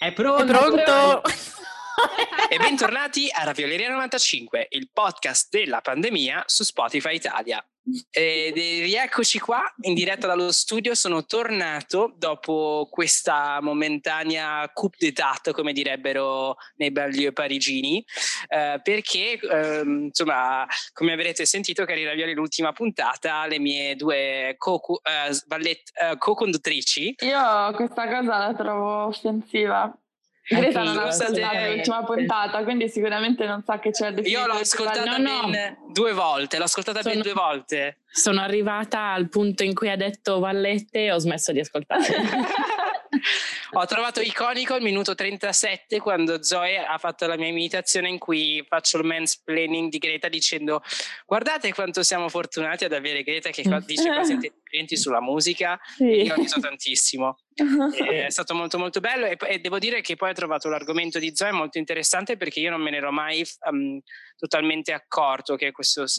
È pronto? È pronto? E bentornati a Ravioleria 95, il podcast della pandemia su Spotify Italia. Ed rieccoci qua in diretta dallo studio. Sono tornato dopo questa momentanea coup d'état, come direbbero nei banlieue parigini, perché insomma, come avrete sentito, cari Ravioli, l'ultima puntata, le mie due co-conduttrici. Io questa cosa la trovo offensiva. Greta non ha ascoltato l'ultima puntata, quindi sicuramente non sa che c'è. Io l'ho ascoltata ben 2 volte, l'ho ascoltata ben 2 volte. Sono arrivata al punto in cui ha detto Vallette e ho smesso di ascoltare. Ho trovato iconico il minuto 37 quando Zoe ha fatto la mia imitazione in cui faccio il mansplaining di Greta dicendo: guardate quanto siamo fortunati ad avere Greta che dice cose intelligenti sulla musica. Sì. Io ho riso tantissimo. È stato molto molto bello e devo dire che poi ho trovato l'argomento di Zoe molto interessante, perché io non me ne ero mai totalmente accorto che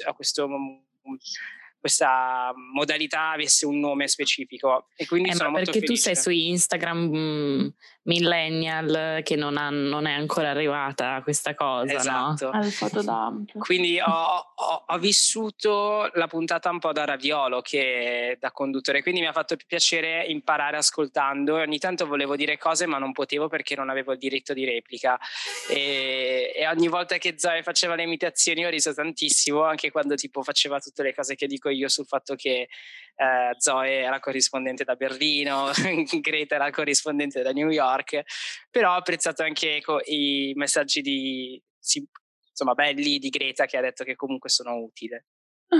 questa modalità avesse un nome specifico, e quindi sono molto perché felice. Tu sei su Instagram millennial che non è ancora arrivata questa cosa, esatto, no? Al fotodump. Quindi ho vissuto la puntata un po' da raviolo che da conduttore, quindi mi ha fatto piacere imparare ascoltando, e ogni tanto volevo dire cose ma non potevo perché non avevo il diritto di replica, e ogni volta che Zoe faceva le imitazioni ho riso tantissimo, anche quando tipo faceva tutte le cose che dico io sul fatto che Zoe era corrispondente da Berlino, Greta era corrispondente da New York, però ho apprezzato anche i messaggi insomma belli di Greta, che ha detto che comunque sono utile.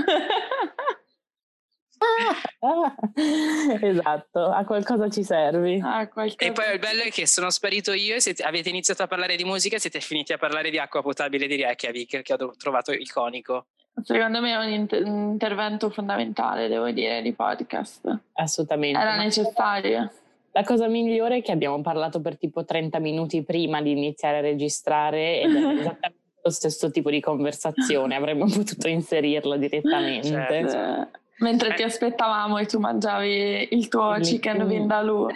Esatto, a qualcosa ci servi. E poi il bello è che sono sparito io e avete iniziato a parlare di musica e siete finiti a parlare di acqua potabile di Reykjavik, che ho trovato iconico. Secondo me è un intervento fondamentale, devo dire, di podcast. Assolutamente. Era necessario. La cosa migliore è che abbiamo parlato per tipo 30 minuti prima di iniziare a registrare ed è esattamente lo stesso tipo di conversazione, avremmo potuto inserirlo direttamente. Certo. Mentre ti aspettavamo e tu mangiavi il tuo chicken vindaloo.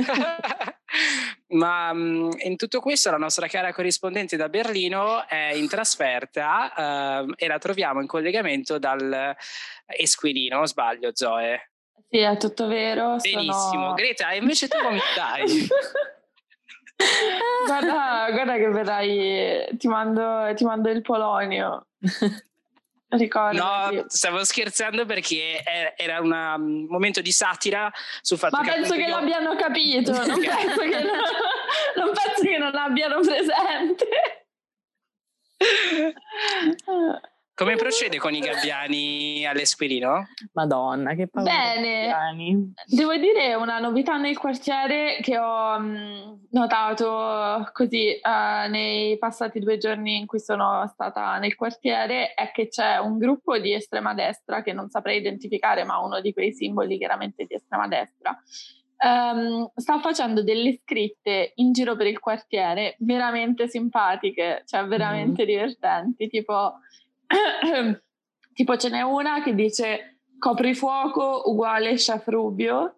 Ma in tutto questo la nostra cara corrispondente da Berlino è in trasferta e la troviamo in collegamento dal Esquilino, o sbaglio, Zoe? Sì, è tutto vero. Benissimo. Greta, invece tu come stai? Guarda che vedrai, ti mando il Polonio. Ricordati. No, stavo scherzando perché era un momento di satira sul fatto che penso che l'abbiano capito, non penso che non l'abbiano presente. Come procede con i gabbiani all'Esquilino? Madonna, che paura. Bene, devo dire una novità nel quartiere che ho notato così nei passati 2 giorni in cui sono stata nel quartiere, è che c'è un gruppo di estrema destra che non saprei identificare, ma uno di quei simboli chiaramente di estrema destra. Sta facendo delle scritte in giro per il quartiere veramente simpatiche, cioè veramente divertenti, tipo ce n'è una che dice coprifuoco uguale chef Rubio.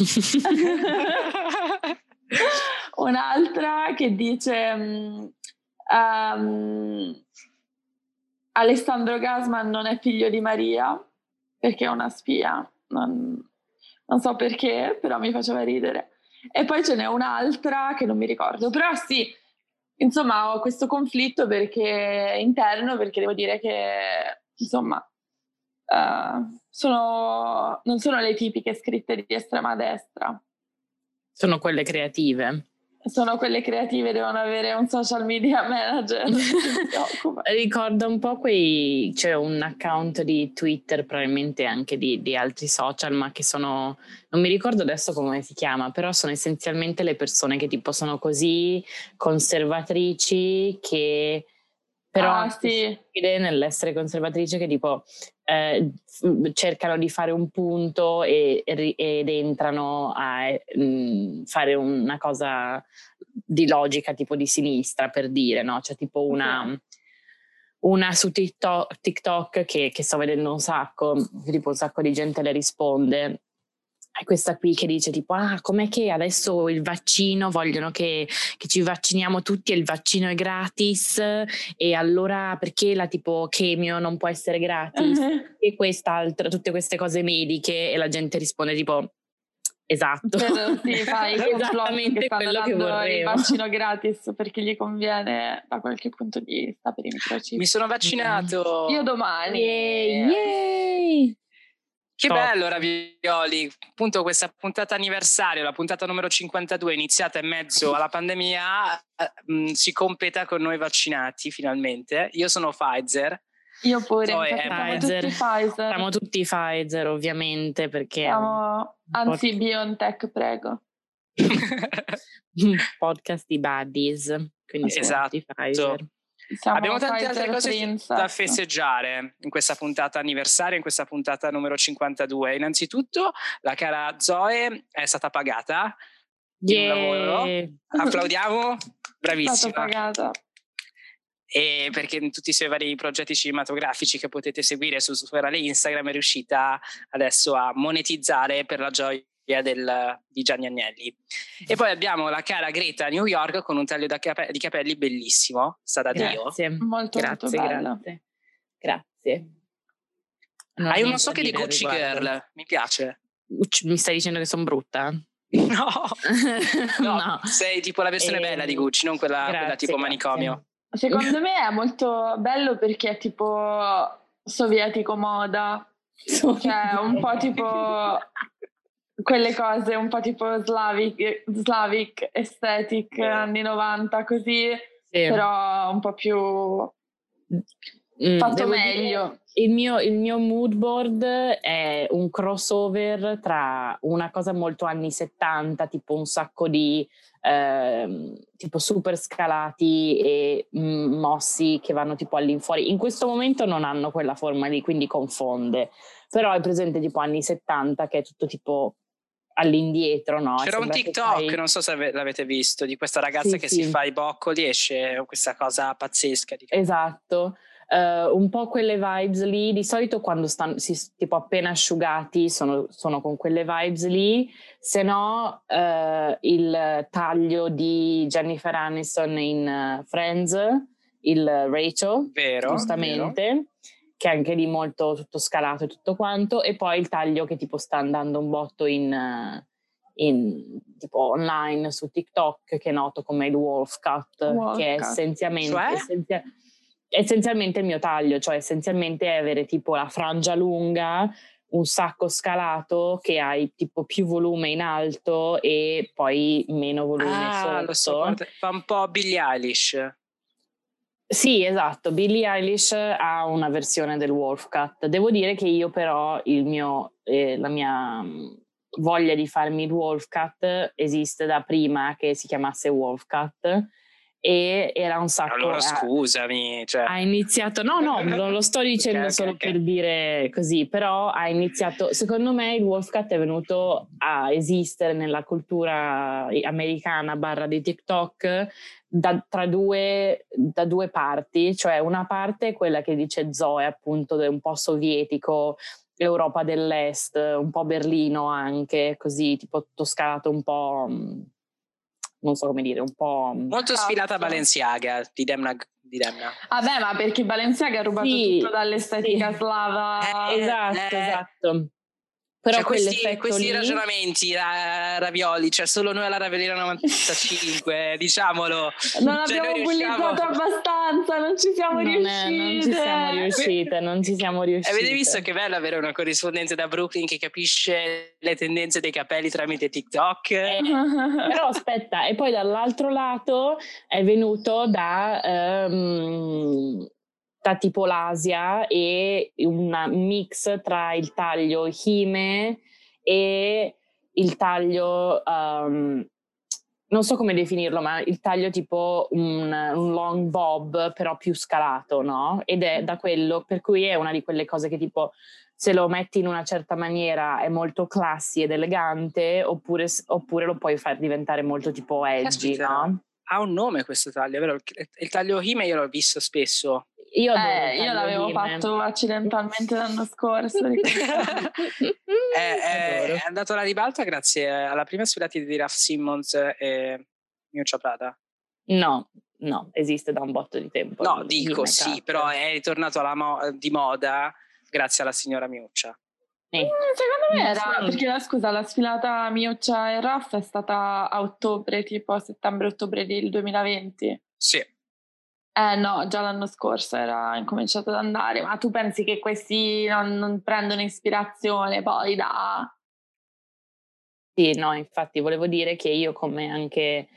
Un'altra che dice Alessandro Gasman non è figlio di Maria perché è una spia, non so perché, però mi faceva ridere. E poi ce n'è un'altra che non mi ricordo, però sì, insomma ho questo conflitto interno, perché devo dire che insomma non sono le tipiche scritte di estrema destra. Sono quelle creative. Devono avere un social media manager che si occupa. Ricorda un po' c'è un account di Twitter, probabilmente anche di altri social, ma che non mi ricordo adesso come si chiama, però sono essenzialmente le persone che tipo sono così conservatrici che però nell'essere conservatrice, che tipo cercano di fare un punto ed entrano a fare una cosa di logica tipo di sinistra, per dire, no? C'è tipo una su TikTok che sto vedendo un sacco, tipo un sacco di gente le risponde, questa qui che dice tipo com'è che adesso il vaccino vogliono che ci vacciniamo tutti e il vaccino è gratis, e allora perché la tipo chemio non può essere gratis e quest'altra, tutte queste cose mediche, e la gente risponde tipo esatto, sì, fai i complotti che stanno quello che dando il vorremmo. vaccino gratis perché gli conviene da qualche punto di vista per i microchip. Mi sono vaccinato. Io domani. Yay! Che Top. bello, Ravioli. Appunto questa puntata anniversario, la puntata numero 52, iniziata in mezzo alla pandemia, si completa con noi vaccinati finalmente. Io sono Pfizer. Io pure, Pfizer. Siamo tutti Pfizer, ovviamente, perché anzi BioNTech, prego. Un podcast di buddies, quindi esatto. tutti Pfizer. Abbiamo tante altre cose da festeggiare in questa puntata anniversario, in questa puntata numero 52. Innanzitutto la cara Zoe è stata pagata in un lavoro. Applaudiamo, bravissima. È stata pagata. E perché in tutti i suoi vari progetti cinematografici che potete seguire sul suo canale Instagram è riuscita adesso a monetizzare per la gioia di Gianni Agnelli. E poi abbiamo la cara Greta a New York con un taglio di capelli bellissimo, sta da Dio. Molto bello. Grazie. Hai uno so che di Gucci Girl, mi piace. Mi stai dicendo che sono brutta? No, sei tipo la versione bella di Gucci, non quella tipo manicomio. Secondo me è molto bello perché è tipo sovietico moda, cioè un po' tipo quelle cose un po' tipo Slavic aesthetic anni 90 così, però un po' più fatto meglio. Il mio mood board è un crossover tra una cosa molto anni 70, tipo un sacco di tipo super scalati e mossi che vanno tipo all'infuori. In questo momento non hanno quella forma lì, quindi confonde, però è presente tipo anni 70 che è tutto tipo all'indietro, no? C'era un TikTok, non so se l'avete visto, di questa ragazza che si fa i boccoli e esce questa cosa pazzesca. Esatto. Un po' quelle vibes lì, di solito quando stanno tipo appena asciugati sono con quelle vibes lì, se no il taglio di Jennifer Aniston in Friends, il Rachel, giustamente, che è anche lì molto tutto scalato e tutto quanto, e poi il taglio che tipo sta andando un botto in tipo online su TikTok, che è noto come il wolf cut, che è essenzialmente il mio taglio, cioè essenzialmente è avere tipo la frangia lunga, un sacco scalato che hai tipo più volume in alto e poi meno volume sotto. Lo so, fa un po' Billie Eilish. Sì, esatto, Billie Eilish ha una versione del wolf cut. Devo dire che io però la mia voglia di farmi il wolf cut esiste da prima che si chiamasse wolf cut, e era un sacco. Allora scusami, ha iniziato, no, non lo sto dicendo solo per dire così, però ha iniziato, secondo me il wolf cut è venuto a esistere nella cultura americana / di TikTok da due parti, cioè una parte è quella che dice Zoe, appunto, è un po' sovietico, Europa dell'Est, un po' Berlino anche, così tipo tutto scalato un po', non so come dire, un po'... molto sfilata Balenciaga di Demna. Vabbè, ma perché Balenciaga ha rubato tutto dall'estetica slava. Esatto. Però questi ragionamenti, Ravioli, cioè solo noi alla Ravellina 95, diciamolo. Non abbiamo bullizzato abbastanza, non ci siamo riuscite. Non ci siamo riuscite. Avete visto che bello avere una corrispondente da Brooklyn che capisce le tendenze dei capelli tramite TikTok? Però aspetta, e poi dall'altro lato è venuto da tipo l'Asia e un mix tra il taglio hime e il taglio non so come definirlo, ma il taglio tipo un long bob però più scalato, no? Ed è da quello, per cui è una di quelle cose che tipo se lo metti in una certa maniera è molto classy ed elegante, oppure lo puoi far diventare molto tipo edgy, no? Ha un nome questo taglio, vero? Il taglio hime io l'ho visto spesso. Io adoro io l'avevo fatto accidentalmente l'anno scorso. È andato alla ribalta grazie alla prima sfilata di Raf Simons e Miuccia Prada. No, esiste da un botto di tempo. No, dico sì, però è ritornato di moda grazie alla signora Miuccia. Secondo me era perché scusa, la sfilata Miuccia e Raf è stata a ottobre, tipo settembre-ottobre del 2020. Sì. No, già l'anno scorso era incominciato ad andare, ma tu pensi che questi non prendono ispirazione poi da... Sì, no, infatti volevo dire che io come anche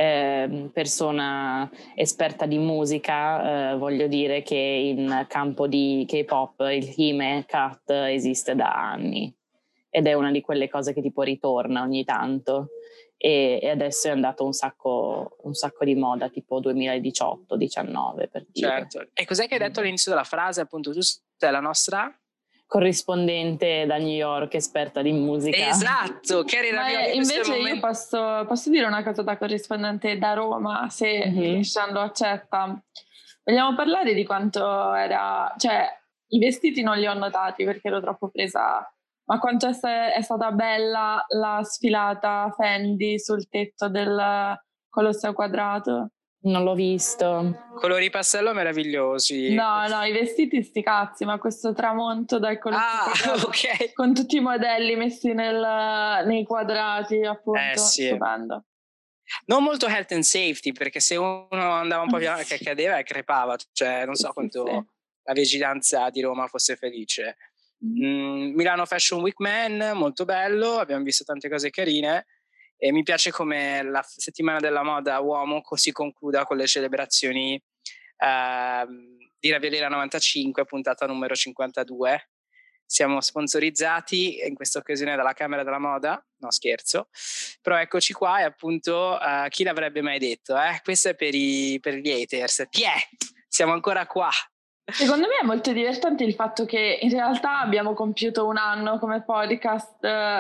persona esperta di musica voglio dire che in campo di K-pop il hime cut esiste da anni ed è una di quelle cose che tipo ritorna ogni tanto e adesso è andato un sacco di moda tipo 2018-19 per dire. Certo, e cos'è che hai detto all'inizio della frase? Appunto tu sei la nostra... corrispondente da New York, esperta di musica. Esatto, Carrie Ravioli. Invece io posso dire una cosa da corrispondente da Roma, se Cristian lo accetta. Vogliamo parlare di quanto era... Cioè, i vestiti non li ho notati perché ero troppo presa... Ma quanto è stata bella la sfilata Fendi sul tetto del Colosseo Quadrato. Non l'ho visto. Colori pastello meravigliosi. No, i vestiti sti cazzi, ma questo tramonto dal Colosseo ok. con tutti i modelli messi nei quadrati, appunto, sì. stupendo. Non molto health and safety, perché se uno andava un po' via che cadeva e crepava, cioè non so quanto la vigilanza di Roma fosse felice. Milano Fashion Week Man, molto bello, abbiamo visto tante cose carine e mi piace come la settimana della moda uomo si concluda con le celebrazioni di Raviolera 95, puntata numero 52. Siamo sponsorizzati in questa occasione dalla Camera della Moda, no scherzo, però eccoci qua e appunto chi l'avrebbe mai detto, questo è per gli haters, siamo ancora qua. Secondo me è molto divertente il fatto che in realtà abbiamo compiuto un anno come podcast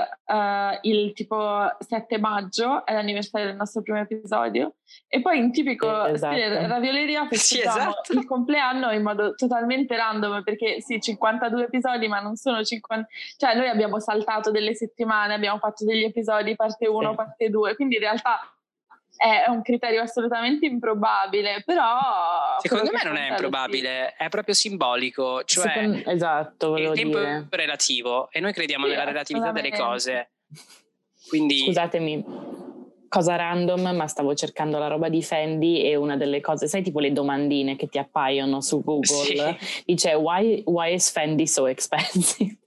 il tipo 7 maggio, è l'anniversario del nostro primo episodio, e poi in tipico stile Ravioleria festeggiamo il compleanno in modo totalmente random, perché 52 episodi ma non sono 50, cioè noi abbiamo saltato delle settimane, abbiamo fatto degli episodi parte 1, parte 2, quindi in realtà è un criterio assolutamente improbabile, però secondo me non è improbabile, è proprio simbolico, cioè esatto, il tempo è relativo e noi crediamo nella relatività delle cose. Quindi scusatemi, cosa random, ma stavo cercando la roba di Fendi e una delle cose, sai, tipo le domandine che ti appaiono su Google, dice why is Fendi so expensive?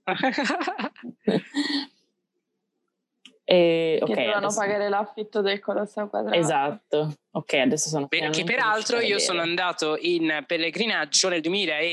Che dovevano pagare l'affitto del Colosseo Quadrato. Esatto, ok, adesso sono che peraltro io sono andato in pellegrinaggio nel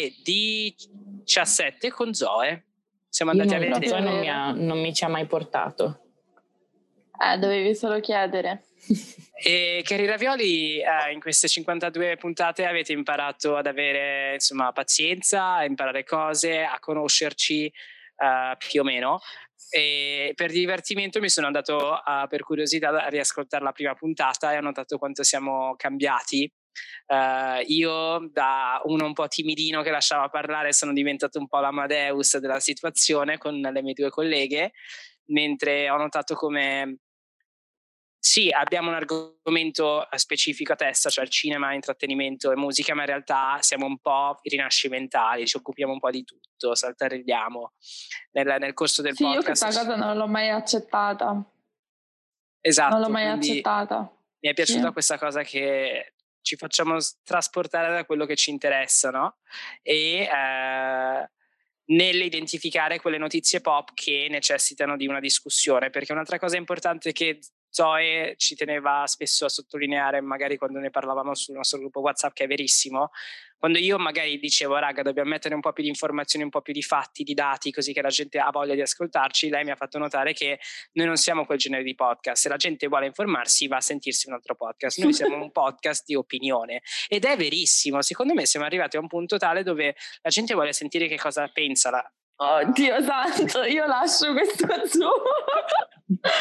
2017 con Zoe, siamo andati a vedere. Zoe non mi ci ha mai portato. Dovevi solo chiedere. E Carrie Ravioli, in queste 52 puntate avete imparato ad avere insomma pazienza, a imparare cose, a conoscerci più o meno. E per divertimento mi sono andato per curiosità a riascoltare la prima puntata e ho notato quanto siamo cambiati. Io da uno un po' timidino che lasciava parlare sono diventato un po' l'Amadeus della situazione con le mie due colleghe, mentre ho notato come sì, abbiamo un argomento specifico a testa, cioè il cinema, intrattenimento e musica, ma in realtà siamo un po' rinascimentali, ci occupiamo un po' di tutto, saltarelliamo nel corso del podcast. Io questa cosa non l'ho mai accettata. Esatto. Non l'ho mai accettata. Mi è piaciuta questa cosa che ci facciamo trasportare da quello che ci interessa, no? E nell'identificare quelle notizie pop che necessitano di una discussione, perché un'altra cosa importante che Zoe ci teneva spesso a sottolineare, magari quando ne parlavamo sul nostro gruppo WhatsApp, che è verissimo, quando io magari dicevo raga dobbiamo mettere un po' più di informazioni, un po' più di fatti, di dati, così che la gente ha voglia di ascoltarci, lei mi ha fatto notare che noi non siamo quel genere di podcast, se la gente vuole informarsi va a sentirsi un altro podcast, noi siamo un podcast di opinione, ed è verissimo, secondo me siamo arrivati a un punto tale dove la gente vuole sentire che cosa pensa Oddio santo, io lascio questo Zoom.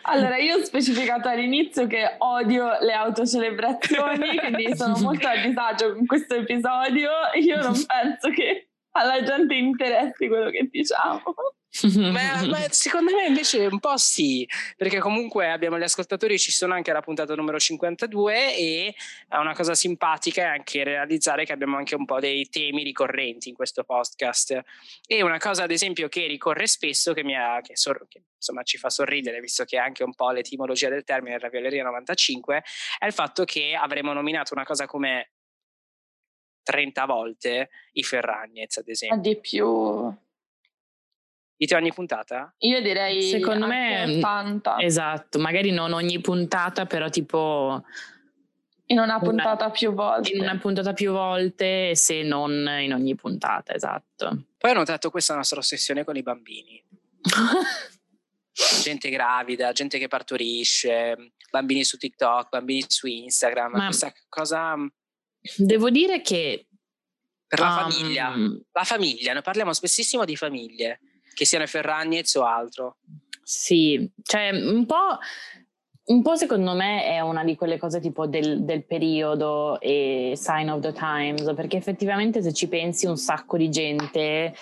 Allora, io ho specificato all'inizio che odio le autocelebrazioni, quindi sono molto a disagio con questo episodio. Io non penso che alla gente interessi quello che diciamo. ma secondo me invece un po' sì, perché comunque abbiamo gli ascoltatori, ci sono anche alla puntata numero 52 e è una cosa simpatica è anche realizzare che abbiamo anche un po' dei temi ricorrenti in questo podcast. E una cosa ad esempio che ricorre spesso, che insomma ci fa sorridere, visto che è anche un po' l'etimologia del termine Ravioleria 95, è il fatto che avremo nominato una cosa come 30 volte i Ferragnez, ad esempio. Di più. Dite ogni puntata? Io direi Secondo anche me 80. Esatto, magari non ogni puntata, però tipo in una puntata più volte. In una puntata più volte, se non in ogni puntata, esatto. Poi ho notato questa nostra ossessione con i bambini. Gente gravida, gente che partorisce, bambini su TikTok, bambini su Instagram, Ma questa cosa... Devo dire che per la famiglia, noi parliamo spessissimo di famiglie, che siano Ferragnez o altro. Sì, cioè un po' secondo me è una di quelle cose tipo del periodo e sign of the times, perché effettivamente se ci pensi un sacco di gente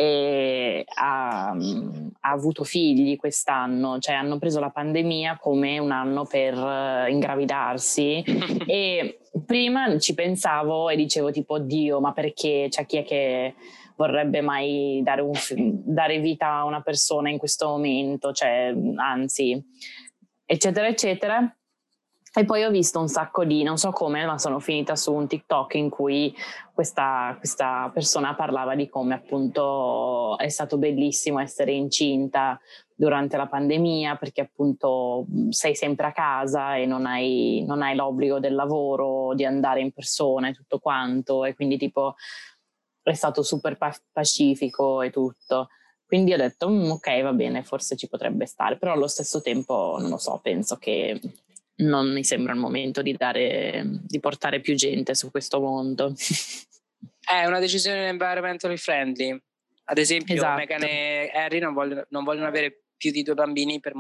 ha avuto figli quest'anno, cioè hanno preso la pandemia come un anno per ingravidarsi e prima ci pensavo e dicevo tipo Dio, ma perché? Cioè chi è che vorrebbe mai dare vita a una persona in questo momento, cioè anzi, eccetera eccetera. E poi ho visto un sacco di, non so come, ma sono finita su un TikTok in cui questa persona parlava di come appunto è stato bellissimo essere incinta durante la pandemia, perché appunto sei sempre a casa e non hai l'obbligo del lavoro, di andare in persona e tutto quanto, e quindi tipo è stato super pacifico e tutto. Quindi ho detto ok, va bene, forse ci potrebbe stare, però allo stesso tempo non lo so, penso che non mi sembra il momento di portare più gente su questo mondo. È una decisione environmentally friendly. Ad esempio, esatto. Meghan e Harry non vogliono avere più di 2 bambini per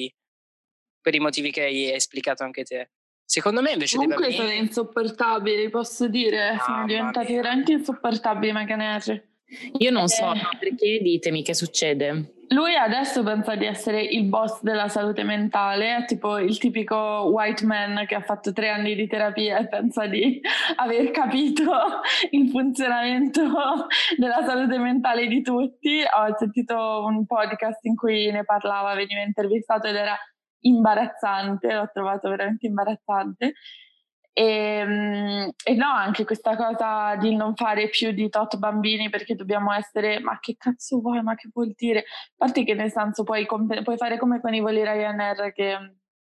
i motivi che hai esplicato anche te. Secondo me invece comunque dei bambini... sono insopportabili, posso dire, sono diventati veramente insopportabili Meghan e Harry. Io non so perché, ditemi che succede. Lui adesso pensa di essere il boss della salute mentale, è tipo il tipico white man che ha fatto 3 anni di terapia e pensa di aver capito il funzionamento della salute mentale di tutti. Ho sentito un podcast in cui ne parlava, veniva intervistato ed era imbarazzante, l'ho trovato veramente imbarazzante. E no, anche questa cosa di non fare più di tot bambini perché dobbiamo essere, ma che cazzo vuoi, ma che vuol dire? A parte che nel senso puoi fare come con i voli Ryanair che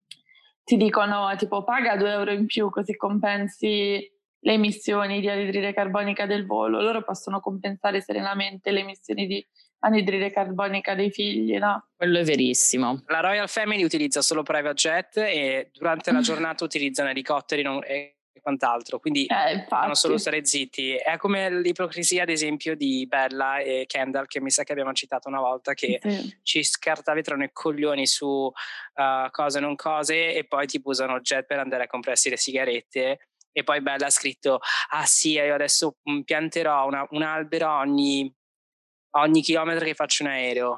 ti dicono tipo paga 2 euro in più così compensi le emissioni di anidride carbonica del volo. Loro possono compensare serenamente le emissioni di anidride carbonica dei figli, no? Quello è verissimo. La Royal Family utilizza solo private jet e durante la giornata utilizzano elicotteri e quant'altro, quindi devono solo stare zitti. È come l'ipocrisia ad esempio di Bella e Kendall, che mi sa che abbiamo citato una volta, che ci scartavetrano i coglioni su cose non cose e poi tipo usano jet per andare a comprarsi le sigarette. E poi Bella ha scritto sì, io adesso pianterò un albero ogni chilometro che faccio in aereo.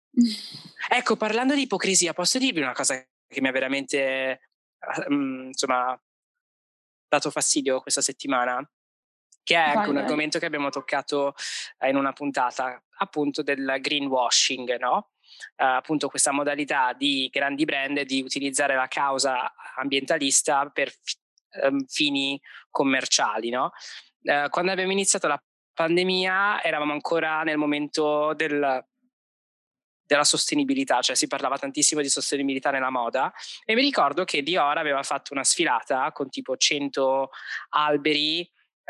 Ecco, parlando di ipocrisia, posso dirvi una cosa che mi ha veramente insomma dato fastidio questa settimana, che è anche un argomento che abbiamo toccato in una puntata, appunto del greenwashing, no? Appunto questa modalità di grandi brand di utilizzare la causa ambientalista per fini commerciali, no? Quando abbiamo iniziato la pandemia eravamo ancora nel momento della sostenibilità, cioè si parlava tantissimo di sostenibilità nella moda e mi ricordo che Dior aveva fatto una sfilata con tipo 100 alberi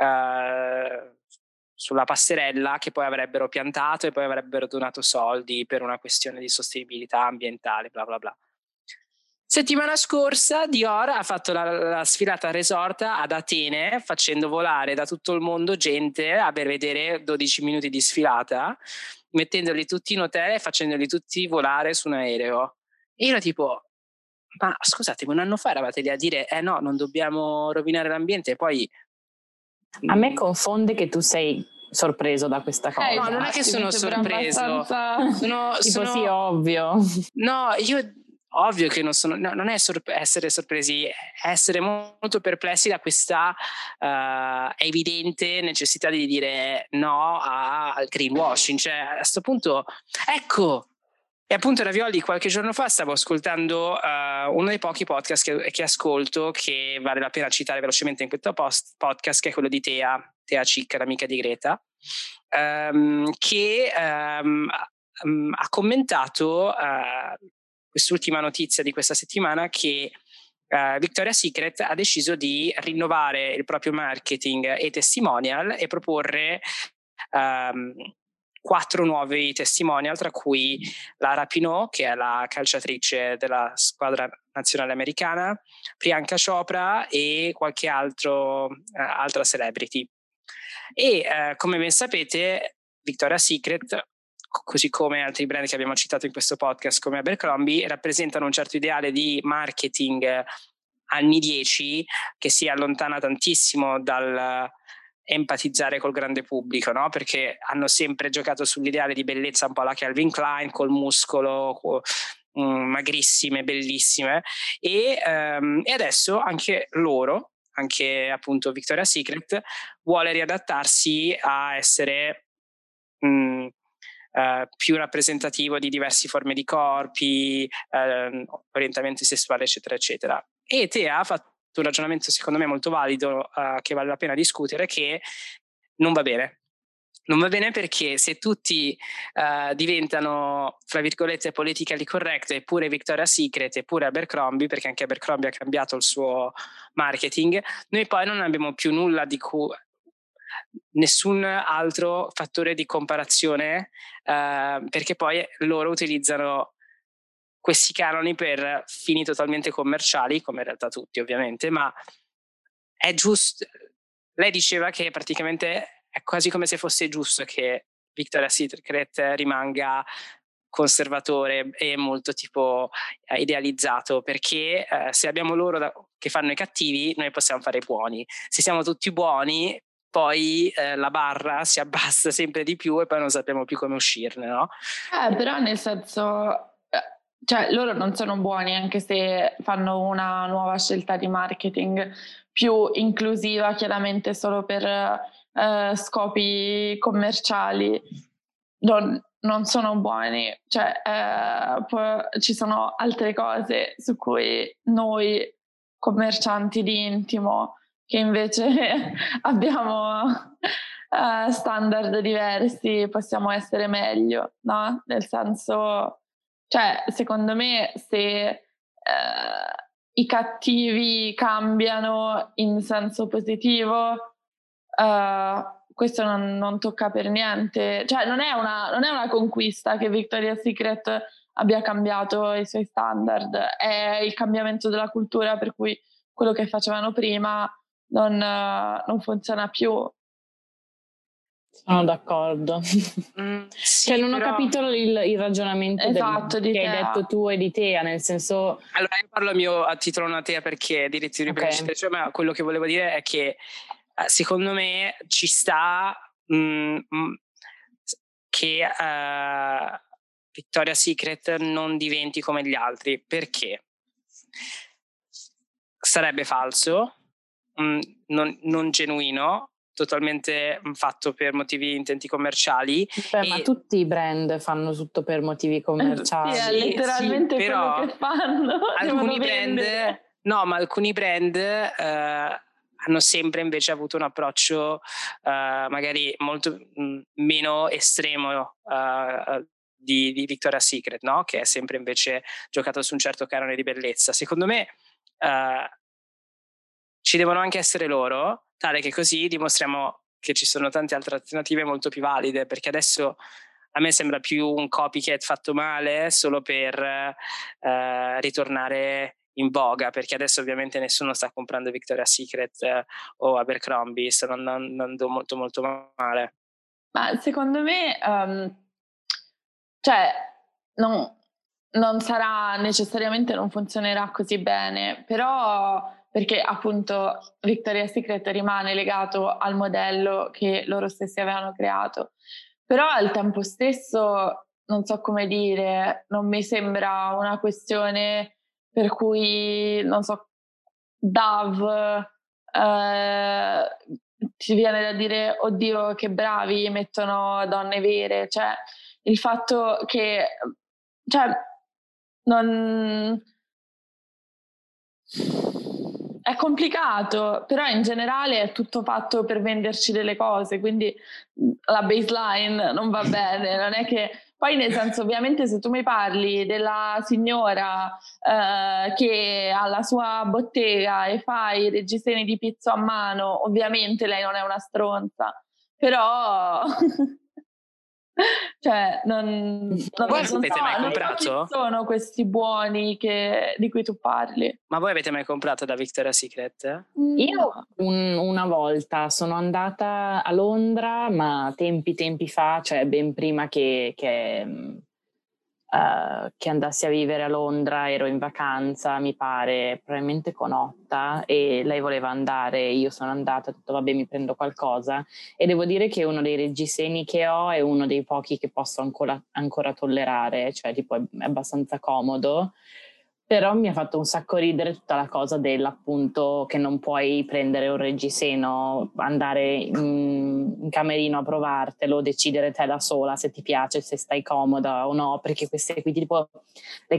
sulla passerella che poi avrebbero piantato e poi avrebbero donato soldi per una questione di sostenibilità ambientale, bla bla bla. Settimana scorsa Dior ha fatto la sfilata resort ad Atene, facendo volare da tutto il mondo gente a vedere 12 minuti di sfilata, mettendoli tutti in hotel e facendoli tutti volare su un aereo. E io ero tipo, ma scusatemi, un anno fa eravate lì a dire no, non dobbiamo rovinare l'ambiente, e poi A me confonde che tu sei sorpreso da questa cosa. no, non è che sono sorpreso. Tipo sì, ovvio. No, io ovvio che non sono, no, non è essere sorpresi, è essere molto perplessi da questa evidente necessità di dire no al greenwashing. Cioè, a questo punto, ecco. E appunto, Ravioli, qualche giorno fa stavo ascoltando uno dei pochi podcast che ascolto, che vale la pena citare velocemente in questo podcast, che è quello di Tea Cic, l'amica di Greta, che ha commentato quest'ultima notizia di questa settimana, che Victoria's Secret ha deciso di rinnovare il proprio marketing e testimonial e proporre 4 nuovi testimonial, tra cui Lara Pinot, che è la calciatrice della squadra nazionale americana, Priyanka Chopra e qualche altra celebrity. E come ben sapete, Victoria's Secret, così come altri brand che abbiamo citato in questo podcast come Abercrombie, rappresentano un certo ideale di marketing anni 10 che si allontana tantissimo dal empatizzare col grande pubblico, no? Perché hanno sempre giocato sull'ideale di bellezza un po' alla Calvin Klein, col muscolo, magrissime, bellissime, e adesso anche loro, anche appunto Victoria's Secret, vuole riadattarsi a essere più rappresentativo di diverse forme di corpi, orientamenti sessuali, eccetera, eccetera. E Tea ha fatto un ragionamento secondo me molto valido, che vale la pena discutere, che non va bene. Non va bene perché se tutti diventano, fra virgolette, politically correct, eppure Victoria's Secret, eppure Abercrombie, perché anche Abercrombie ha cambiato il suo marketing, noi poi non abbiamo più nulla nessun altro fattore di comparazione, perché poi loro utilizzano questi canoni per fini totalmente commerciali, come in realtà tutti ovviamente, ma è giusto. Lei diceva che praticamente è quasi come se fosse giusto che Victoria's Secret rimanga conservatore e molto tipo idealizzato, perché se abbiamo loro che fanno i cattivi, noi possiamo fare i buoni. Se siamo tutti buoni, poi la barra si abbassa sempre di più e poi non sappiamo più come uscirne, no? Però nel senso, cioè loro non sono buoni anche se fanno una nuova scelta di marketing più inclusiva, chiaramente solo per scopi commerciali. Non sono buoni, cioè ci sono altre cose su cui noi commercianti di intimo, che invece abbiamo standard diversi, possiamo essere meglio, no? Nel senso, cioè, secondo me se i cattivi cambiano in senso positivo, questo non tocca per niente, cioè non è una conquista che Victoria's Secret abbia cambiato i suoi standard, è il cambiamento della cultura, per cui quello che facevano prima non funziona più. Sono d'accordo. Sì, non ho capito il ragionamento esatto, che hai detto tu e di Tea, nel senso. Allora, io parlo a titolo una Tea perché diritti di ripresa, ma quello che volevo dire è che secondo me ci sta che Victoria's Secret non diventi come gli altri, perché sarebbe falso, non genuino, totalmente fatto per motivi intenti commerciali. Ma tutti i brand fanno tutto per motivi commerciali. Sì, è letteralmente sì, però quello che fanno. Alcuni brand hanno sempre invece avuto un approccio magari molto meno estremo di Victoria's Secret, no? Che è sempre invece giocato su un certo canone di bellezza. Secondo me ci devono anche essere loro, tale che così dimostriamo che ci sono tante altre alternative molto più valide, perché adesso a me sembra più un copycat fatto male solo per ritornare in voga, perché adesso ovviamente nessuno sta comprando Victoria's Secret o Abercrombie, stanno andando molto molto male. Ma secondo me cioè non sarà necessariamente, non funzionerà così bene, però perché appunto Victoria's Secret rimane legato al modello che loro stessi avevano creato, però al tempo stesso non so come dire, non mi sembra una questione per cui, non so, Dove ti viene da dire oddio che bravi, mettono donne vere, cioè il fatto che cioè non è complicato, però in generale è tutto fatto per venderci delle cose, quindi la baseline non va bene, non è che poi nel senso ovviamente se tu mi parli della signora che ha la sua bottega e fa i reggiseni di pizza a mano, ovviamente lei non è una stronza, però cioè non so, Voi avete mai non so chi comprato? sono questi buoni di cui tu parli. Ma voi avete mai comprato da Victoria's Secret? Io una volta sono andata a Londra, ma tempi fa, cioè ben prima che andassi a vivere a Londra, ero in vacanza, mi pare, probabilmente con Otta, e lei voleva andare, io sono andata, ho detto vabbè mi prendo qualcosa, e devo dire che uno dei reggiseni che ho è uno dei pochi che posso ancora tollerare, cioè tipo è abbastanza comodo. Però mi ha fatto un sacco ridere tutta la cosa dell'appunto che non puoi prendere un reggiseno, andare in camerino a provartelo, decidere te da sola se ti piace, se stai comoda o no, perché queste qui tipo le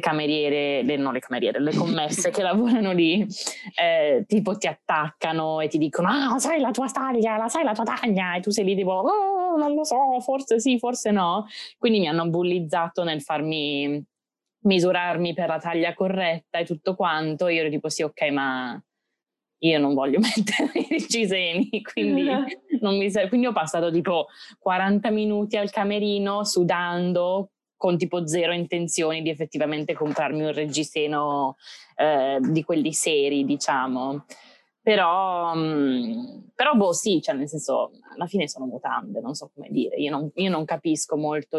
commesse che lavorano lì tipo ti attaccano e ti dicono sai la tua taglia, sai la tua taglia, e tu sei lì tipo oh, non lo so, forse sì, forse no. Quindi mi hanno bullizzato nel farmi misurarmi per la taglia corretta e tutto quanto. Io ero tipo sì, ok, ma io non voglio mettere i reggiseni, quindi quindi ho passato tipo 40 minuti al camerino sudando con tipo zero intenzioni di effettivamente comprarmi un reggiseno di quelli seri, diciamo. Però boh, sì, cioè nel senso, alla fine sono mutande, non so come dire. Io non capisco molto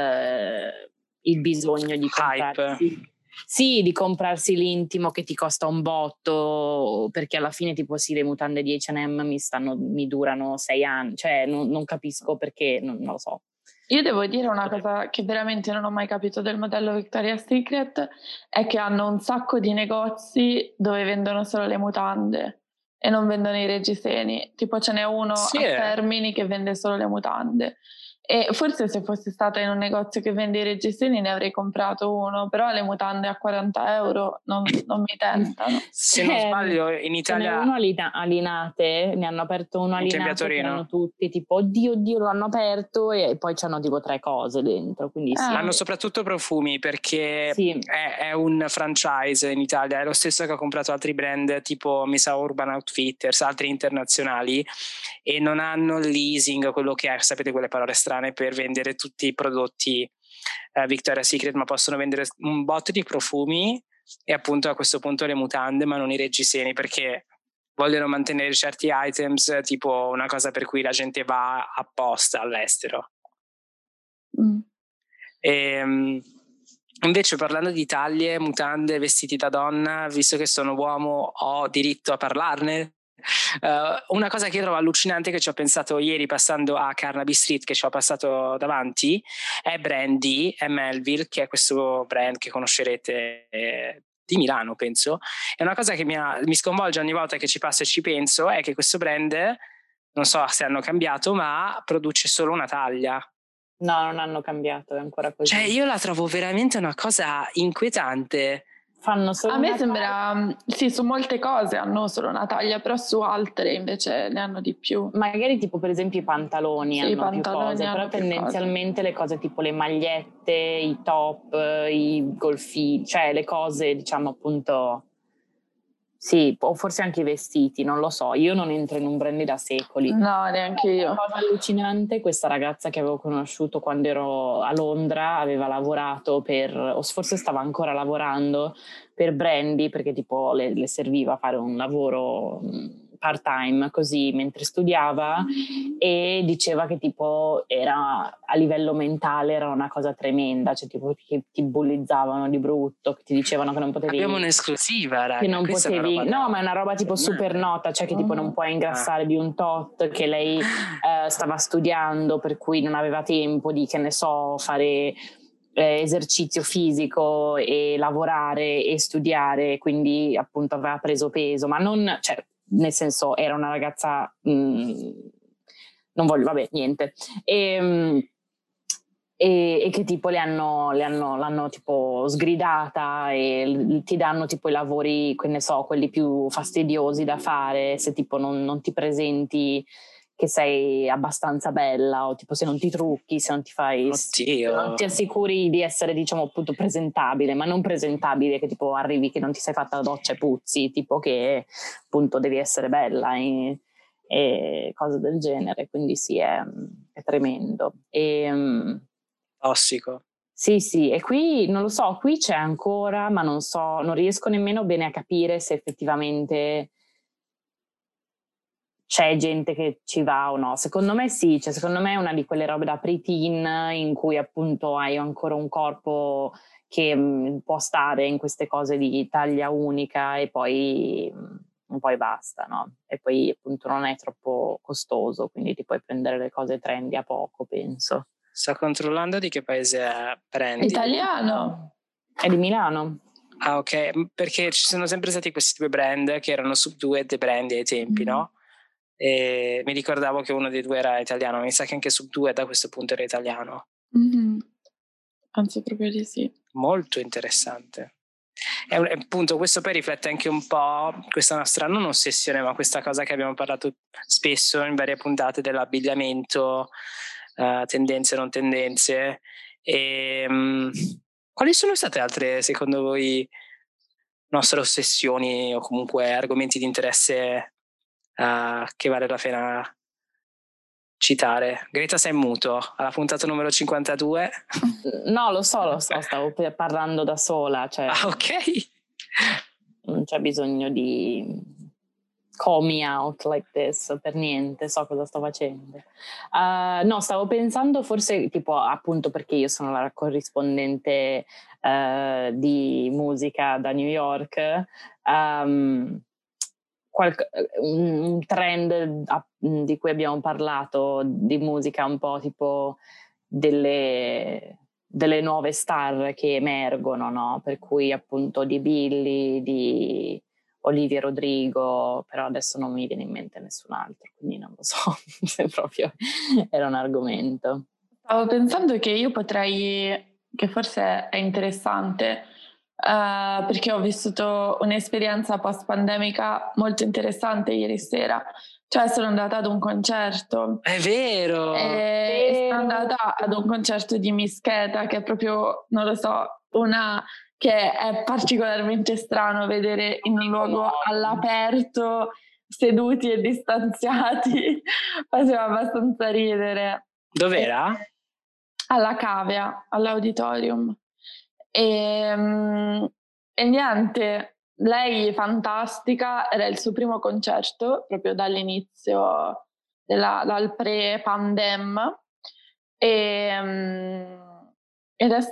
il bisogno di comprarsi. Sì, di comprarsi l'intimo che ti costa un botto, perché alla fine tipo sì, le mutande di H&M mi durano 6 anni, cioè non capisco perché, non lo so. Io devo dire una cosa che veramente non ho mai capito del modello Victoria's Secret, è che hanno un sacco di negozi dove vendono solo le mutande e non vendono i reggiseni. Tipo ce n'è uno a Termini che vende solo le mutande. E forse se fossi stata in un negozio che vende i reggiseni ne avrei comprato uno, però le mutande a 40 euro non mi tentano. Se non sbaglio in Italia... Ce n'è uno a Linate, ne hanno aperto uno a Linate che erano tutti tipo oddio lo hanno aperto e poi c'hanno tipo 3 cose dentro, quindi sì. Hanno soprattutto profumi perché sì. è un franchise in Italia, è lo stesso che ha comprato altri brand tipo Mesa Urban Outfitters, altri internazionali, e non hanno il leasing, quello che è, sapete quelle parole strane, per vendere tutti i prodotti Victoria's Secret, ma possono vendere un botto di profumi e appunto a questo punto le mutande, ma non i reggiseni, perché vogliono mantenere certi items, tipo una cosa per cui la gente va apposta all'estero. Invece parlando di taglie, mutande, vestiti da donna, visto che sono uomo ho diritto a parlarne. Una cosa che io trovo allucinante, che ci ho pensato ieri passando a Carnaby Street, che ci ho passato davanti, è Brandy, è Melville, che è questo brand che conoscerete di Milano, penso. È una cosa che mi sconvolge ogni volta che ci passo e ci penso, è che questo brand, non so se hanno cambiato, ma produce solo una taglia. No, non hanno cambiato, è ancora così. Cioè io la trovo veramente una cosa inquietante. Fanno solo a me sembra, sì, su molte cose hanno solo una taglia, però su altre invece ne hanno di più. Magari tipo per esempio i pantaloni hanno più cose, però tendenzialmente le cose tipo le magliette, i top, i golfini, cioè le cose diciamo appunto... Sì, o forse anche i vestiti, non lo so. Io non entro in un brand da secoli. No, neanche io. Una cosa allucinante, questa ragazza che avevo conosciuto quando ero a Londra aveva lavorato o forse stava ancora lavorando per Brandy, perché tipo le serviva fare un lavoro part time così mentre studiava, e diceva che tipo era a livello mentale era una cosa tremenda, cioè tipo che ti bullizzavano di brutto, che ti dicevano che non potevi, abbiamo un'esclusiva, raga. che non potevi, no, ma è una roba tipo super normale. nota, cioè che tipo non puoi ingrassare di un tot, che lei stava studiando per cui non aveva tempo di, che ne so, fare esercizio fisico e lavorare e studiare, quindi appunto aveva preso peso, ma non, cioè, nel senso era una ragazza non voglio, vabbè, niente, e che tipo l'hanno tipo sgridata e ti danno tipo i lavori, che ne so, quelli più fastidiosi da fare se tipo non ti presenti che sei abbastanza bella, o tipo se non ti trucchi, se non ti fai, non ti assicuri di essere, diciamo, appunto presentabile, ma non presentabile che tipo arrivi che non ti sei fatta la doccia e puzzi, tipo che appunto devi essere bella e cose del genere, quindi sì, è tremendo. Tossico. Sì, e qui non lo so, qui c'è ancora, ma non so, non riesco nemmeno bene a capire se effettivamente c'è gente che ci va o no. Secondo me sì, cioè secondo me è una di quelle robe da pre-teen in cui appunto hai ancora un corpo che può stare in queste cose di taglia unica e poi basta, no? E poi appunto non è troppo costoso, quindi ti puoi prendere le cose trendy a poco, penso. Sto controllando di che paese è Prendi. Italiano. È di Milano. Ah, ok, perché ci sono sempre stati questi due brand che erano Subdued e The Brandy ai tempi, no? E mi ricordavo che uno dei due era italiano, mi sa che anche Subdued a questo punto era italiano. Anzi, proprio di sì. Molto interessante. Appunto, questo poi riflette anche un po' questa nostra, non ossessione, ma questa cosa che abbiamo parlato spesso in varie puntate dell'abbigliamento, tendenze, non tendenze. Quali sono state altre, secondo voi, nostre ossessioni o comunque argomenti di interesse che vale la pena citare? Greta, sei muto alla puntata numero 52. No, lo so, stavo parlando da sola, cioè ok, non c'è bisogno di call me out like this, per niente, so cosa sto facendo. No, stavo pensando forse tipo appunto perché io sono la corrispondente di musica da New York, un trend di cui abbiamo parlato di musica un po' tipo delle nuove star che emergono, no? Per cui appunto di Billie, di Olivia Rodrigo, però adesso non mi viene in mente nessun altro, quindi non lo so se proprio era un argomento. Stavo pensando che io potrei, che forse è interessante, perché ho vissuto un'esperienza post-pandemica molto interessante ieri sera. Cioè sono andata ad un concerto. È vero! E sono andata ad un concerto di Miss Cheta, che è proprio, non lo so, una che è particolarmente strano vedere in un luogo all'aperto, seduti e distanziati. Faceva abbastanza ridere. Dov'era? Alla Cavea, all'auditorium. E niente, lei fantastica, era il suo primo concerto proprio dall'inizio dal pre-pandem ed è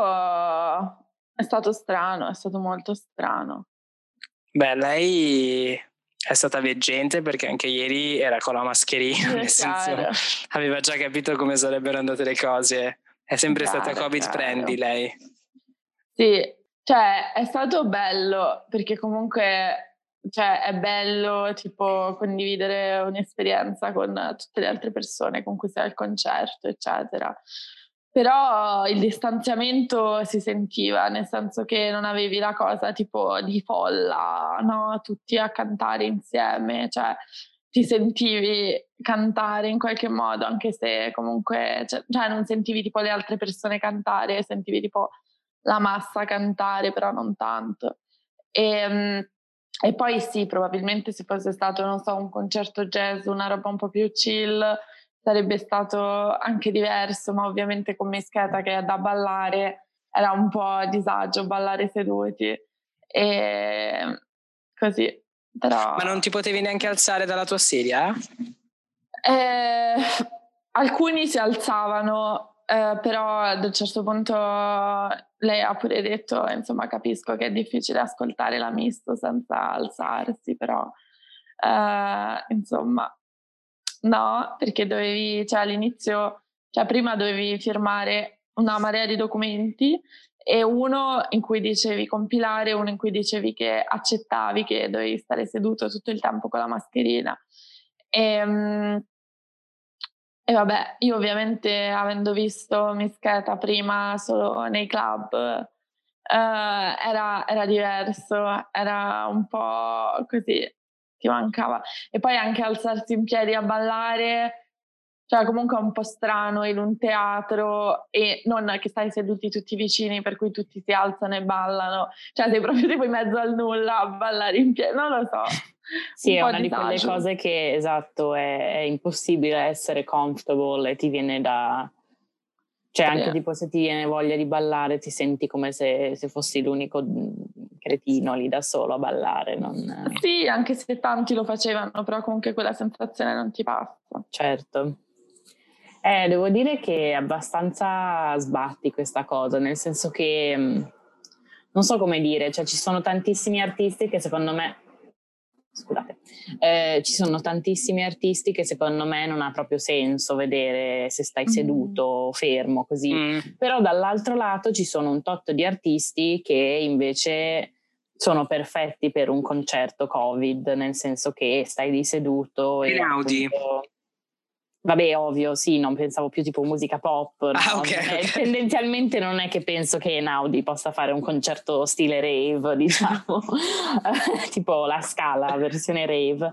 stato strano, è stato molto strano. Beh, lei è stata veggente perché anche ieri era con la mascherina, nel senso aveva già capito come sarebbero andate le cose. È sempre stata Covid-friendly lei. Sì, cioè è stato bello perché comunque cioè, è bello tipo condividere un'esperienza con tutte le altre persone con cui sei al concerto, eccetera. Però il distanziamento si sentiva, nel senso che non avevi la cosa tipo di folla, no? Tutti a cantare insieme, cioè ti sentivi cantare in qualche modo, anche se comunque cioè non sentivi tipo le altre persone cantare, sentivi tipo la massa cantare, però non tanto. E poi sì, probabilmente se fosse stato, non so, un concerto jazz, una roba un po' più chill, sarebbe stato anche diverso, ma ovviamente con Miss Cheta che è da ballare era un po' a disagio ballare seduti e così. Però, Ma non ti potevi neanche alzare dalla tua sedia? Alcuni si alzavano, però ad un certo punto lei ha pure detto, insomma, capisco che è difficile ascoltare la misto senza alzarsi, però insomma, no, perché dovevi, cioè all'inizio, cioè prima dovevi firmare una marea di documenti e uno in cui dicevi compilare, uno in cui dicevi che accettavi che dovevi stare seduto tutto il tempo con la mascherina. E vabbè, io ovviamente avendo visto Miss Keta prima solo nei club, era diverso, era un po' così, ti mancava. E poi anche alzarsi in piedi a ballare, cioè comunque è un po' strano in un teatro e non che stai seduti tutti vicini per cui tutti si alzano e ballano, cioè sei proprio tipo in mezzo al nulla a ballare in piedi, non lo so. Sì, Un è po' una di quelle disagio. cose che, esatto, è impossibile essere comfortable e ti viene da... Cioè anche tipo se ti viene voglia di ballare ti senti come se fossi l'unico cretino lì da solo a ballare. Sì, anche se tanti lo facevano, però comunque quella sensazione non ti passa. Certo. Devo dire che è abbastanza sbatti questa cosa, nel senso che non so come dire, cioè ci sono tantissimi artisti che secondo me, scusate, ci sono tantissimi artisti che secondo me non ha proprio senso vedere se stai seduto, fermo, così. Però dall'altro lato ci sono un tot di artisti che invece sono perfetti per un concerto Covid, nel senso che stai lì seduto e Einaudi. appunto... Vabbè, ovvio, sì, non pensavo più tipo musica pop, no? Okay. Tendenzialmente non è che penso che Einaudi possa fare un concerto stile rave, diciamo, tipo La Scala, versione rave.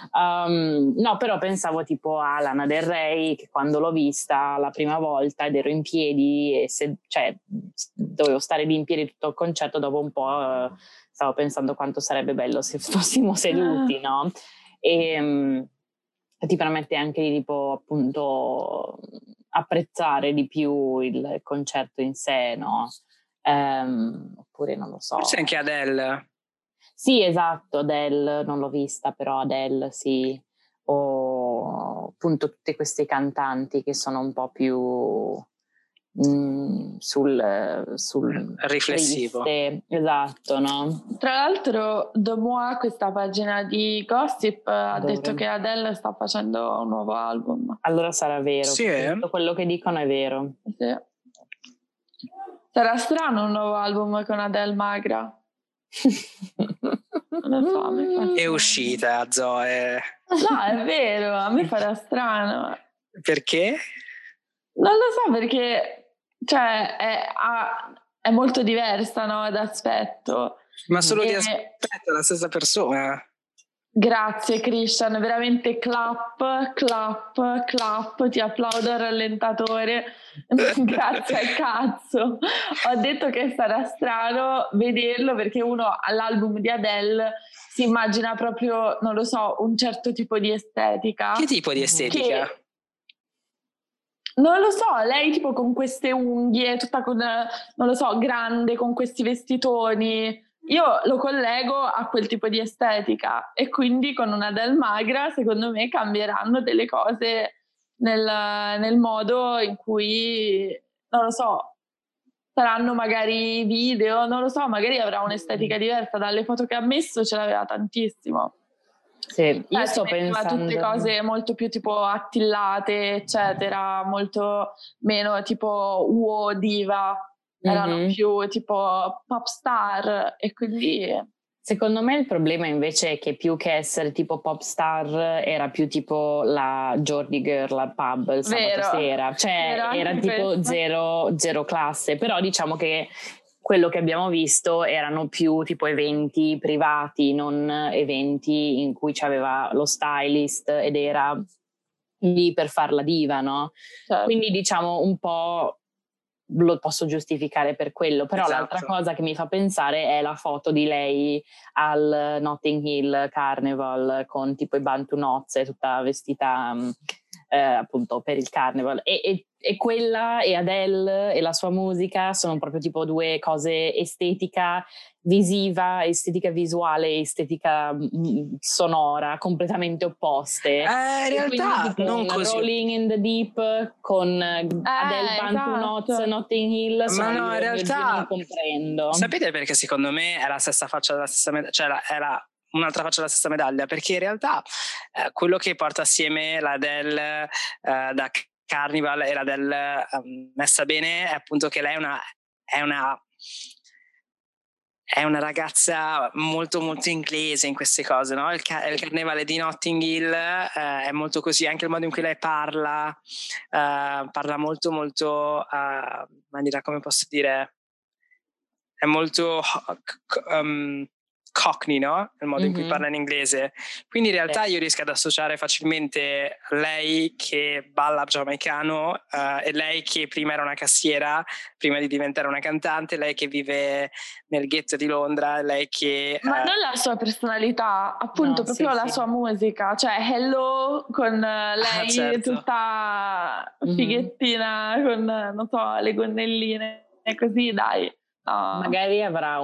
No, però pensavo tipo a Lana Del Rey, che quando l'ho vista la prima volta ed ero in piedi, e cioè, dovevo stare lì in piedi tutto il concerto, dopo un po' stavo pensando quanto sarebbe bello se fossimo seduti, no? E ti permette anche di tipo appunto apprezzare di più il concerto in sé, no? Oppure non lo so. Forse anche Adele. Sì, esatto, Adele non l'ho vista, però Adele sì, o appunto tutte queste cantanti che sono un po' più sul Riflessivo. triste, esatto, no? Tra l'altro Domoa, questa pagina di Gossip, ha Dove? detto che Adele sta facendo un nuovo album. Allora sarà vero, Sì, tutto quello che dicono è vero. Sì. Sarà strano un nuovo album con Adele magra. Non lo so, mi fa È uscita Zoe. No, è vero, a me farà strano. Perché? Non lo so perché, cioè, è molto diversa, no, d'aspetto. Ma solo di aspetto è la stessa persona. Grazie Christian, veramente clap, clap, clap, ti applaudo al rallentatore, grazie al cazzo. Ho detto che sarà strano vederlo perché uno all'album di Adele si immagina proprio, non lo so, un certo tipo di estetica. Che tipo di estetica? Non lo so, lei tipo con queste unghie, tutta con, non lo so, grande, con questi vestitoni. Io lo collego a quel tipo di estetica e quindi con una Adele magra secondo me cambieranno delle cose nel modo in cui, non lo so, saranno magari video, non lo so, magari avrà un'estetica diversa. Dalle foto che ha messo ce l'aveva tantissimo. Sì, io sto pensando tutte cose molto più tipo attillate, eccetera, molto meno tipo diva, erano più tipo pop star e quindi... Secondo me il problema invece è che più che essere tipo pop star era più tipo la Geordie Girl al pub il sabato sera, cioè era tipo zero classe, però diciamo che quello che abbiamo visto erano più tipo eventi privati, non eventi in cui c'aveva lo stylist ed era lì per far la diva, no? Certo. Quindi diciamo un po' lo posso giustificare per quello, però Esatto. l'altra cosa che mi fa pensare è la foto di lei al Notting Hill Carnival con tipo i bantu nozze, tutta vestita appunto per il Carnival, e quella e Adele e la sua musica sono proprio tipo due cose: estetica visiva, estetica visuale, estetica sonora, completamente opposte. In realtà tipo non così. Rolling in the Deep con Adele Bantu Notes, Notting Hill, ma no, in realtà non comprendo. Sapete perché secondo me è la stessa faccia della stessa medaglia, cioè era un'altra faccia della stessa medaglia, perché in realtà quello che porta assieme la Adele da Carnival e la Adele messa bene è appunto che lei è una ragazza molto molto inglese in queste cose, no? Il carnevale di Notting Hill è molto così, anche il modo in cui lei parla molto molto in maniera, come posso dire, è molto cockney, no? Il modo in cui parla in inglese. Quindi in realtà io riesco ad associare facilmente lei che balla giamaicano e lei che prima era una cassiera, prima di diventare una cantante, lei che vive nel ghetto di Londra, lei che... Ma non la sua personalità, appunto, no, proprio la sua musica, cioè Hello con lei certo. tutta fighettina con, non so, le gonnelline e così, dai. Magari avrà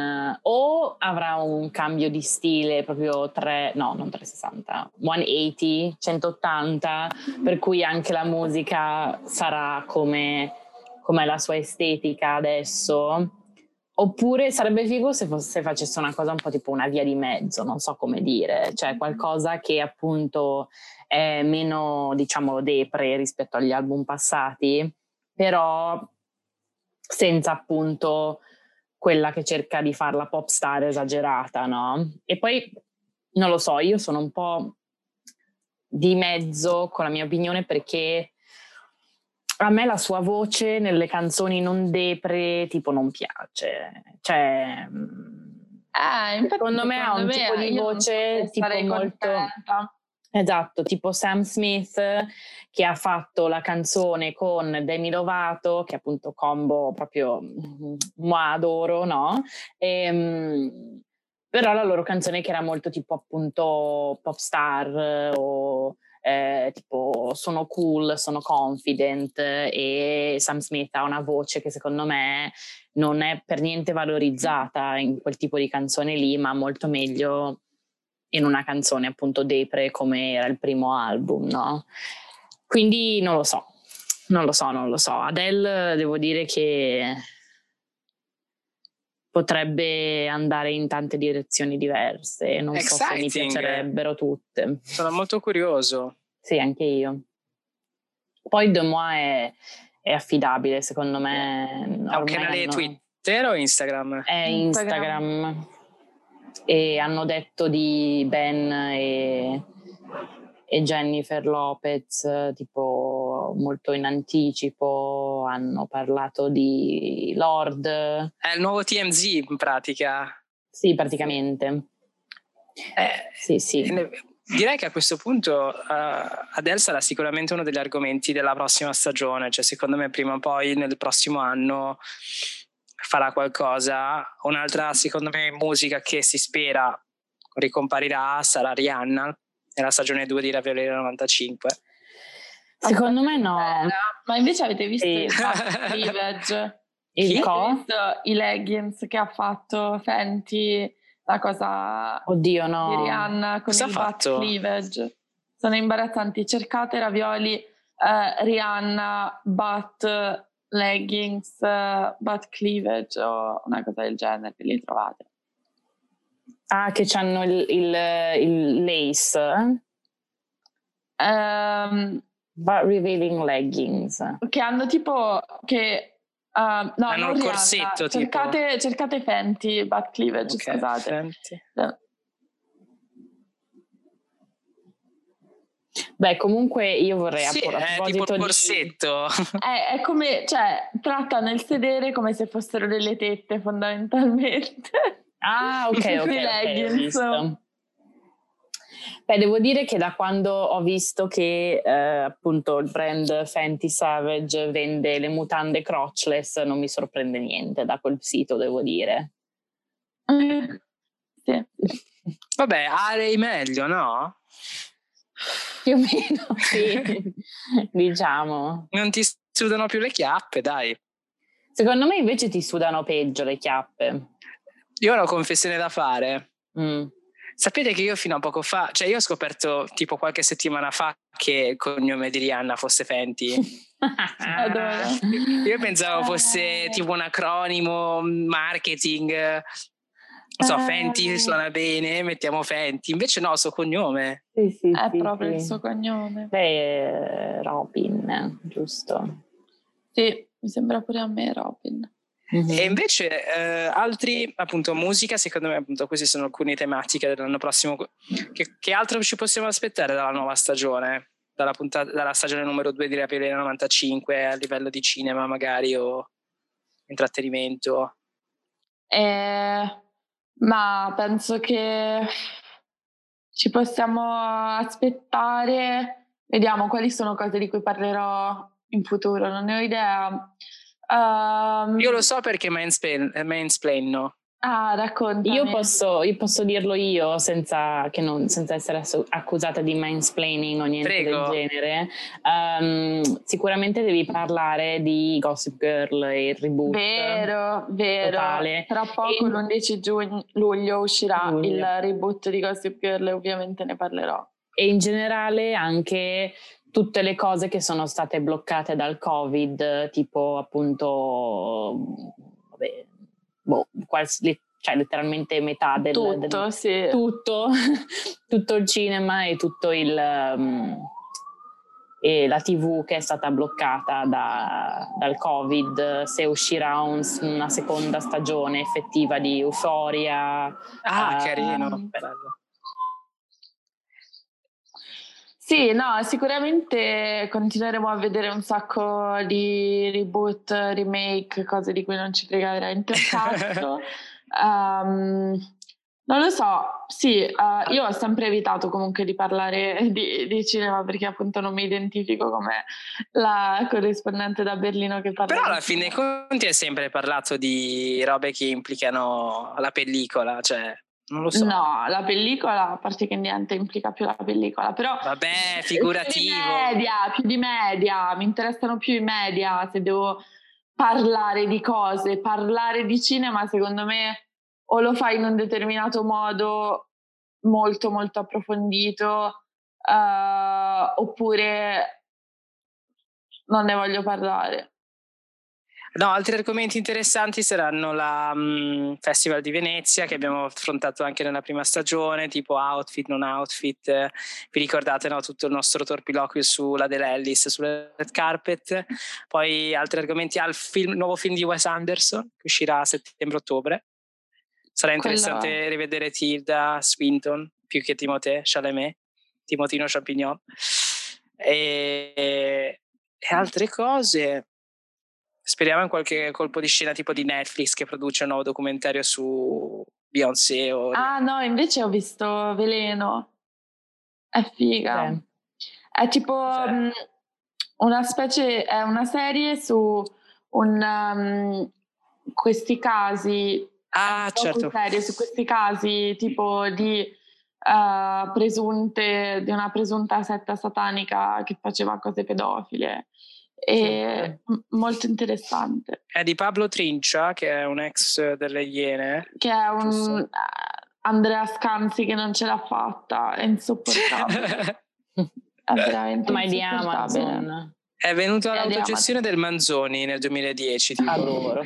un cambio di stile proprio 360, 180, 180, per cui anche la musica sarà come la sua estetica adesso. Oppure sarebbe figo se facesse una cosa un po' tipo una via di mezzo, non so come dire, cioè qualcosa che appunto è meno, diciamo, depre rispetto agli album passati, però senza appunto quella che cerca di fare la pop star esagerata, no? E poi, non lo so, io sono un po' di mezzo con la mia opinione, perché a me la sua voce nelle canzoni non depre tipo non piace, cioè secondo me ha un tipo di voce tipo molto contenta. Esatto, tipo Sam Smith, che ha fatto la canzone con Demi Lovato, che è appunto combo proprio adoro, no? Però la loro canzone che era molto tipo appunto pop star o tipo sono cool, sono confident, e Sam Smith ha una voce che secondo me non è per niente valorizzata in quel tipo di canzone lì, ma molto meglio in una canzone appunto depre come era il primo album, no? Quindi non lo so. Adele devo dire che potrebbe andare in tante direzioni diverse, non so se mi piacerebbero tutte. Sono molto curioso. Sì, anche io. Poi De Moi è affidabile, secondo me. Ha un canale Twitter o Instagram? È Instagram. E hanno detto di Ben e Jennifer Lopez tipo molto in anticipo, hanno parlato di Lord. È il nuovo TMZ in pratica. Sì, praticamente. Sì. Direi che a questo punto Adele sarà sicuramente uno degli argomenti della prossima stagione, cioè secondo me prima o poi nel prossimo anno farà qualcosa. Un'altra, secondo me, musica che si spera ricomparirà sarà Rihanna nella stagione 2 di Ravioli 95. Secondo me no. Ma invece avete visto il cleavage? Visto i leggings che ha fatto Fenty, la cosa Oddio no di Rihanna con il butt cleavage? Sono imbarazzanti. Cercate Ravioli Rihanna butt leggings butt cleavage o una cosa del genere, li trovate. Che c'hanno il lace butt revealing leggings che hanno tipo no, hanno il corsetto, cercate Fenty butt cleavage, okay, scusate Fenty. Beh, comunque io vorrei è tipo il corsetto. È come, cioè, trattano il sedere come se fossero delle tette fondamentalmente. Ok, visto. Beh, devo dire che da quando ho visto che appunto il brand Fenty Savage vende le mutande crotchless, non mi sorprende niente da quel sito, devo dire. Sì. Vabbè, arei meglio, no? Più o meno, sì, diciamo. Non ti sudano più le chiappe, dai. Secondo me invece ti sudano peggio le chiappe. Io ho una confessione da fare. Mm. Sapete che io fino a poco fa, cioè io ho scoperto tipo qualche settimana fa che il cognome di Rihanna fosse Fenty. Adoro. Io pensavo fosse tipo un acronimo, marketing, non so, Fenty suona bene, mettiamo Fenty, invece no, suo cognome. Sì, è proprio il suo cognome. Beh, Robin, giusto? Sì, mi sembra pure a me Robin. Mm-hmm. E invece altri, appunto, musica, secondo me appunto queste sono alcune tematiche dell'anno prossimo. Che altro ci possiamo aspettare dalla nuova stagione? Dalla stagione numero 2 di Rapire 95 a livello di cinema magari o intrattenimento? Ma penso che ci possiamo aspettare, vediamo quali sono cose di cui parlerò in futuro, non ne ho idea. Io lo so perché mansplain no. Ah, raccontami. Io posso dirlo io senza essere accusata di mansplaining o niente Prego. del genere. Sicuramente devi parlare di Gossip Girl e il reboot. Vero. Totale. Tra poco l'11 luglio uscirà il reboot di Gossip Girl e ovviamente ne parlerò. E in generale anche tutte le cose che sono state bloccate dal Covid, tipo appunto cioè letteralmente metà sì. tutto il cinema e tutto e la TV che è stata bloccata dal Covid, se uscirà una seconda stagione effettiva di Euphoria. Carino, bello. Sì, no, sicuramente continueremo a vedere un sacco di reboot, remake, cose di cui non ci frega veramente un cazzo. Non lo so, sì, io ho sempre evitato comunque di parlare di cinema perché appunto non mi identifico come la corrispondente da Berlino che parla. Però alla fine dei conti hai sempre parlato di robe che implicano la pellicola, cioè non lo so. No, la pellicola, a parte che niente implica più la pellicola, però vabbè, figurativo. Più di media, mi interessano più i media se devo parlare di cose, parlare di cinema secondo me o lo fai in un determinato modo molto molto approfondito oppure non ne voglio parlare. No, altri argomenti interessanti saranno la Festival di Venezia che abbiamo affrontato anche nella prima stagione, tipo outfit, non outfit. Vi ricordate, no? Tutto il nostro torpiloquio sulla Dell'Ellis, sulle red carpet. Poi altri argomenti al nuovo film di Wes Anderson che uscirà a settembre-ottobre. Sarà interessante rivedere Tilda Swinton più che Timotino Champignon. E altre cose. Speriamo in qualche colpo di scena tipo di Netflix che produce un nuovo documentario su Beyoncé. No, invece ho visto Veleno. È figa. È tipo una specie, è una serie su questi casi. Certo. Serie, su questi casi tipo di di una presunta setta satanica che faceva cose pedofile. E molto interessante. È di Pablo Trincia, che è un ex delle Iene, che è un Andrea Scanzi che non ce l'ha fatta, è insopportabile. È veramente ma è di Amazon. È venuto all'autogestione del Manzoni nel 2010 tipo. Adoro.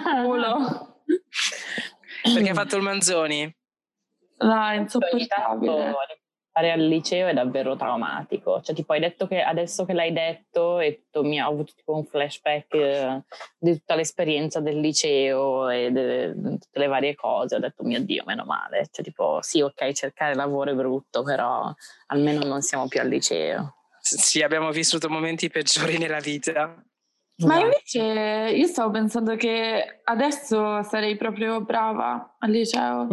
Perché ha fatto il Manzoni? No, è insopportabile. Fare al liceo è davvero traumatico, cioè tipo hai detto che adesso che l'hai detto mi ha avuto tipo un flashback di tutta l'esperienza del liceo e tutte le varie cose, ho detto mio Dio, meno male, cioè tipo sì, ok, cercare lavoro è brutto, però almeno non siamo più al liceo. Sì, abbiamo vissuto momenti peggiori nella vita. Ma invece io stavo pensando che adesso sarei proprio brava al liceo.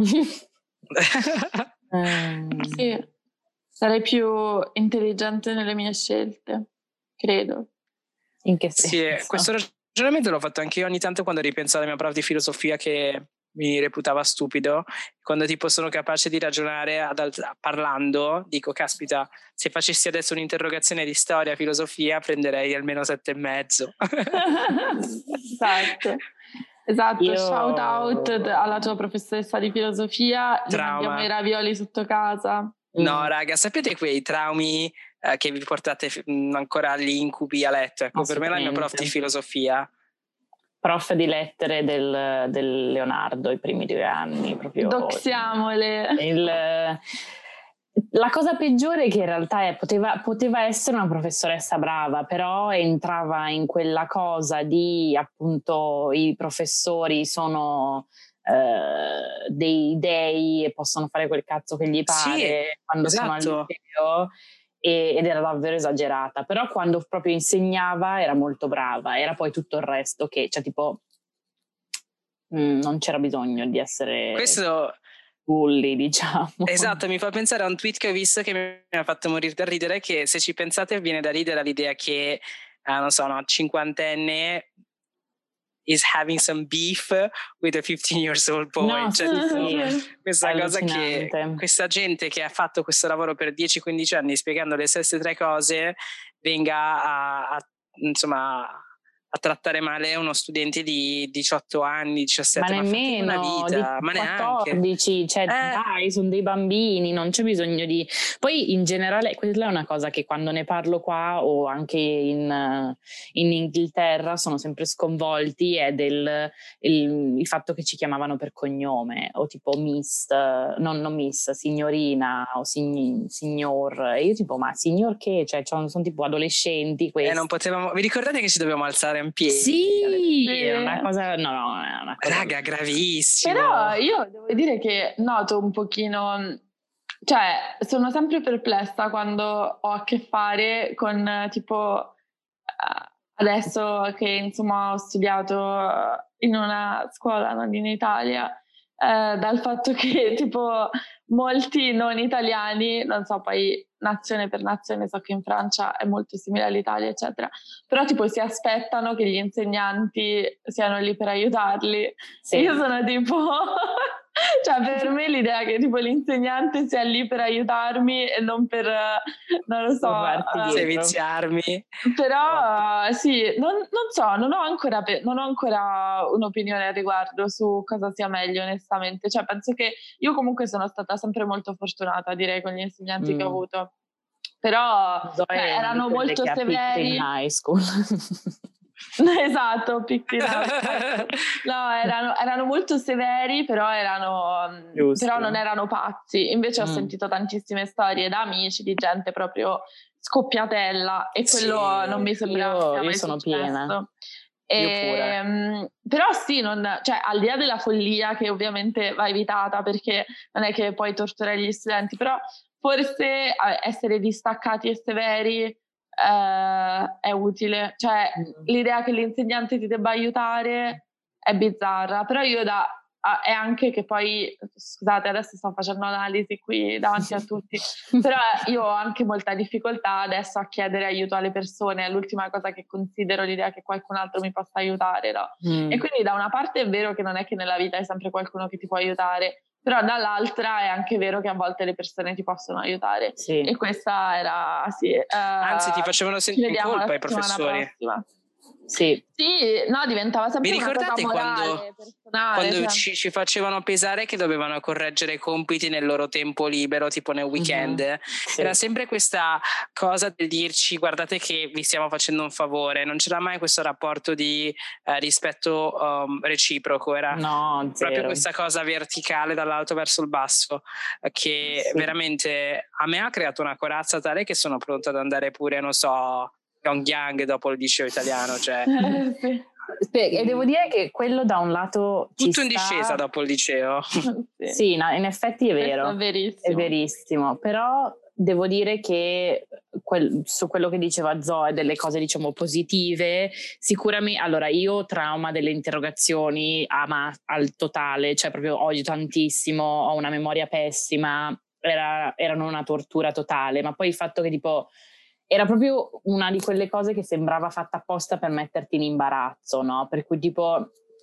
Sì, sarei più intelligente nelle mie scelte, credo. In che senso? Sì, questo ragionamento l'ho fatto anche io ogni tanto quando ripenso alla mia prof di filosofia che mi reputava stupido. Quando tipo sono capace di ragionare parlando, dico caspita, se facessi adesso un'interrogazione di storia, filosofia, prenderei almeno 7,5. Esatto, shout out alla tua professoressa di filosofia, gli mandiamo i ravioli sotto casa. No raga, sapete quei traumi che vi portate ancora agli incubi a letto? Ecco, per me la mia prof di filosofia, prof di lettere del Leonardo, i primi 2 anni, proprio doxiamole. La cosa peggiore è che in realtà poteva essere una professoressa brava, però entrava in quella cosa di appunto i professori sono dei dei e possono fare quel cazzo che gli pare quando sono al liceo, ed era davvero esagerata, però quando proprio insegnava era molto brava, era poi tutto il resto che, cioè tipo non c'era bisogno di essere bulli, diciamo. Esatto, mi fa pensare a un tweet che ho visto che mi ha fatto morire da ridere, che se ci pensate viene da ridere l'idea che non so, una 50enne is having some beef with a 15 years old boy. No, cioè, questa cosa che questa gente che ha fatto questo lavoro per 10-15 anni spiegando le stesse 3 cose venga a trattare male uno studente di 18 anni, 17, ma nemmeno una vita, ma 14, cioè dai, sono dei bambini, non c'è bisogno di... Poi in generale quella è una cosa che quando ne parlo qua o anche in Inghilterra sono sempre sconvolti, è il fatto che ci chiamavano per cognome, o tipo miss, non miss, signorina o signor, e io tipo ma signor che? Cioè sono tipo adolescenti questi. Non potevamo... Vi ricordate che ci dobbiamo alzare in piedi? Sì, era una cosa, no, è una cosa raga, gravissimo. Però io devo dire che noto un pochino, cioè sono sempre perplessa quando ho a che fare con tipo adesso che insomma ho studiato in una scuola non in Italia, dal fatto che tipo molti non italiani, non so, poi nazione per nazione, so che in Francia è molto simile all'Italia eccetera, però tipo si aspettano che gli insegnanti siano lì per aiutarli. Sì. Io sono tipo cioè per me l'idea che tipo l'insegnante sia lì per aiutarmi e non per non lo so viziarmi, però sì, non so, non ho ancora un'opinione al riguardo su cosa sia meglio onestamente, cioè penso che io comunque sono stata sempre molto fortunata, direi, con gli insegnanti che ho avuto, però erano molto severi in high school. Esatto, no, erano molto severi, però non erano pazzi. Invece ho sentito tantissime storie da amici di gente proprio scoppiatella e quello non mi sembrava sia mai sono successo. Però sì, cioè, al di là della follia che ovviamente va evitata perché non è che puoi torturare gli studenti, però forse essere distaccati e severi è utile, cioè l'idea che l'insegnante ti debba aiutare è bizzarra, però io è anche che poi, scusate adesso sto facendo analisi qui davanti a tutti, però io ho anche molta difficoltà adesso a chiedere aiuto alle persone, è l'ultima cosa che considero, l'idea che qualcun altro mi possa aiutare, no? E quindi da una parte è vero che non è che nella vita hai sempre qualcuno che ti può aiutare, però dall'altra è anche vero che a volte le persone ti possono aiutare, e questa era anzi ti facevano sentire in colpa i professori. Sì, no, diventava sempre una cosa morale, quando ci facevano pesare che dovevano correggere i compiti nel loro tempo libero, tipo nel weekend, era sempre questa cosa del dirci guardate che vi stiamo facendo un favore, non c'era mai questo rapporto di rispetto reciproco, era proprio questa cosa verticale dall'alto verso il basso, che veramente a me ha creato una corazza tale che sono pronta ad andare pure, non so, Pyongyang dopo il liceo italiano, cioè e devo dire che quello da un lato tutto in discesa dopo il liceo. Sì, no, in effetti è vero, è verissimo, però devo dire che su quello che diceva Zoe, delle cose diciamo positive, sicuramente, allora io trauma delle interrogazioni al totale, cioè proprio odio tantissimo, ho una memoria pessima, erano una tortura totale, ma poi il fatto che tipo era proprio una di quelle cose che sembrava fatta apposta per metterti in imbarazzo, no? Per cui tipo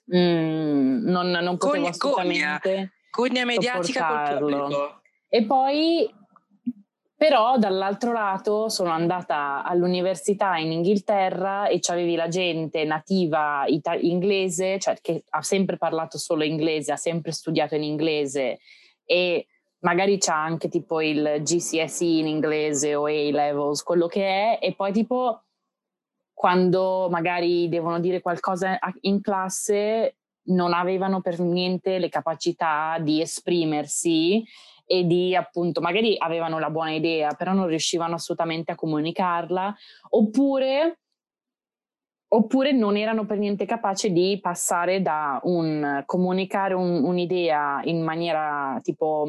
non potevo assolutamente gogna mediatica col sopportarlo. pubblico. E poi però dall'altro lato sono andata all'università in Inghilterra e c'avevi la gente nativa inglese, cioè che ha sempre parlato solo inglese, ha sempre studiato in inglese e magari c'ha anche tipo il GCSE in inglese o A-levels, quello che è, e poi tipo quando magari devono dire qualcosa in classe non avevano per niente le capacità di esprimersi e di appunto magari avevano la buona idea però non riuscivano assolutamente a comunicarla oppure non erano per niente capaci di passare da comunicare un'idea in maniera tipo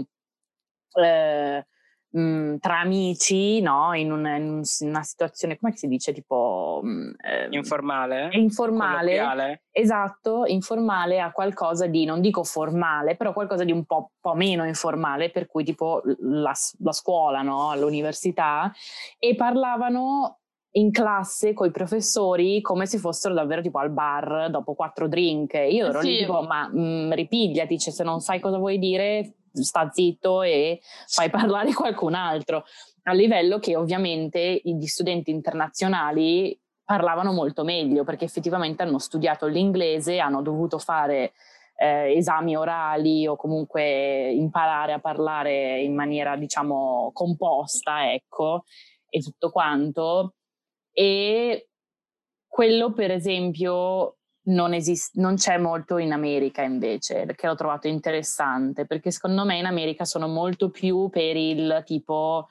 tra amici, no? In una situazione, come si dice, tipo informale? Informale, esatto, informale a qualcosa di, non dico formale, però qualcosa di un po' meno informale, per cui tipo la scuola, no? L'università, e parlavano in classe coi professori come se fossero davvero tipo al bar dopo 4 drink. Io ero lì tipo, ma ripigliati, cioè, se non sai cosa vuoi dire sta zitto e fai parlare qualcun altro, a livello che ovviamente gli studenti internazionali parlavano molto meglio perché effettivamente hanno studiato l'inglese, hanno dovuto fare esami orali o comunque imparare a parlare in maniera diciamo composta, ecco, e tutto quanto. E quello per esempio non c'è molto in America invece, perché l'ho trovato interessante, perché secondo me in America sono molto più per il tipo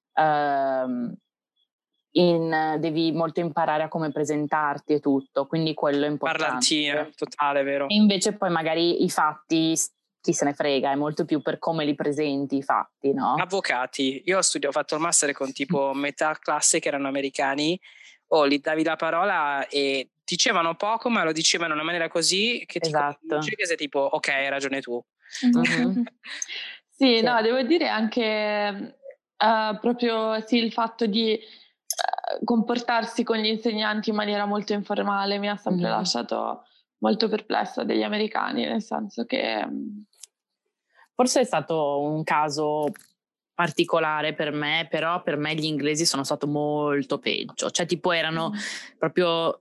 devi molto imparare a come presentarti e tutto, quindi quello è importante. Parlantina, totale, vero. E invece poi magari i fatti, chi se ne frega, è molto più per come li presenti i fatti, no? Avvocati, io ho fatto il master con tipo metà classe che erano americani, gli davi la parola e dicevano poco ma lo dicevano in una maniera così che ti convince che sei tipo ok, hai ragione tu. Mm-hmm. Sì, no, devo dire anche proprio sì, il fatto di comportarsi con gli insegnanti in maniera molto informale mi ha sempre lasciato molto perplessa degli americani, nel senso che forse è stato un caso particolare per me, però per me gli inglesi sono stato molto peggio, cioè tipo erano proprio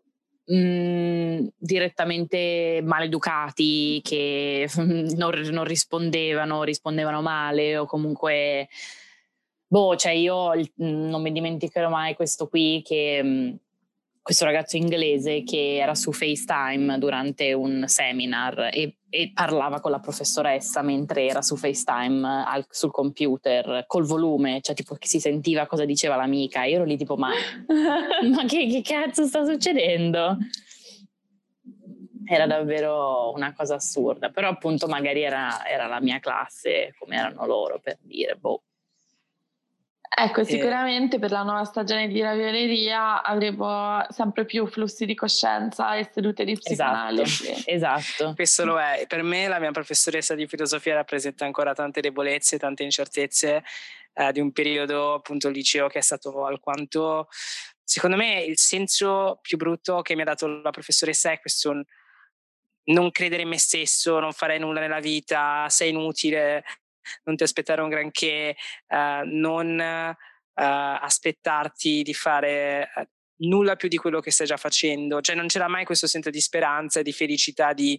direttamente maleducati, che non rispondevano male o comunque cioè io non mi dimenticherò mai questo qui che questo ragazzo inglese che era su FaceTime durante un seminar e parlava con la professoressa mentre era su FaceTime sul computer col volume, cioè tipo che si sentiva cosa diceva l'amica. Io ero lì tipo ma che cazzo sta succedendo? Era davvero una cosa assurda, però appunto magari era la mia classe come erano loro, per dire Ecco, sicuramente per la nuova stagione di Ravioleria avremo sempre più flussi di coscienza e sedute di psicanalisi. Esatto. Questo lo è. Per me la mia professoressa di filosofia rappresenta ancora tante debolezze, tante incertezze di un periodo, appunto, il liceo, che è stato alquanto... Secondo me il senso più brutto che mi ha dato la professoressa è questo non credere in me stesso, non fare nulla nella vita, sei inutile, non ti aspettare un granché, non aspettarti di fare nulla più di quello che stai già facendo, cioè non c'era mai questo senso di speranza e di felicità, di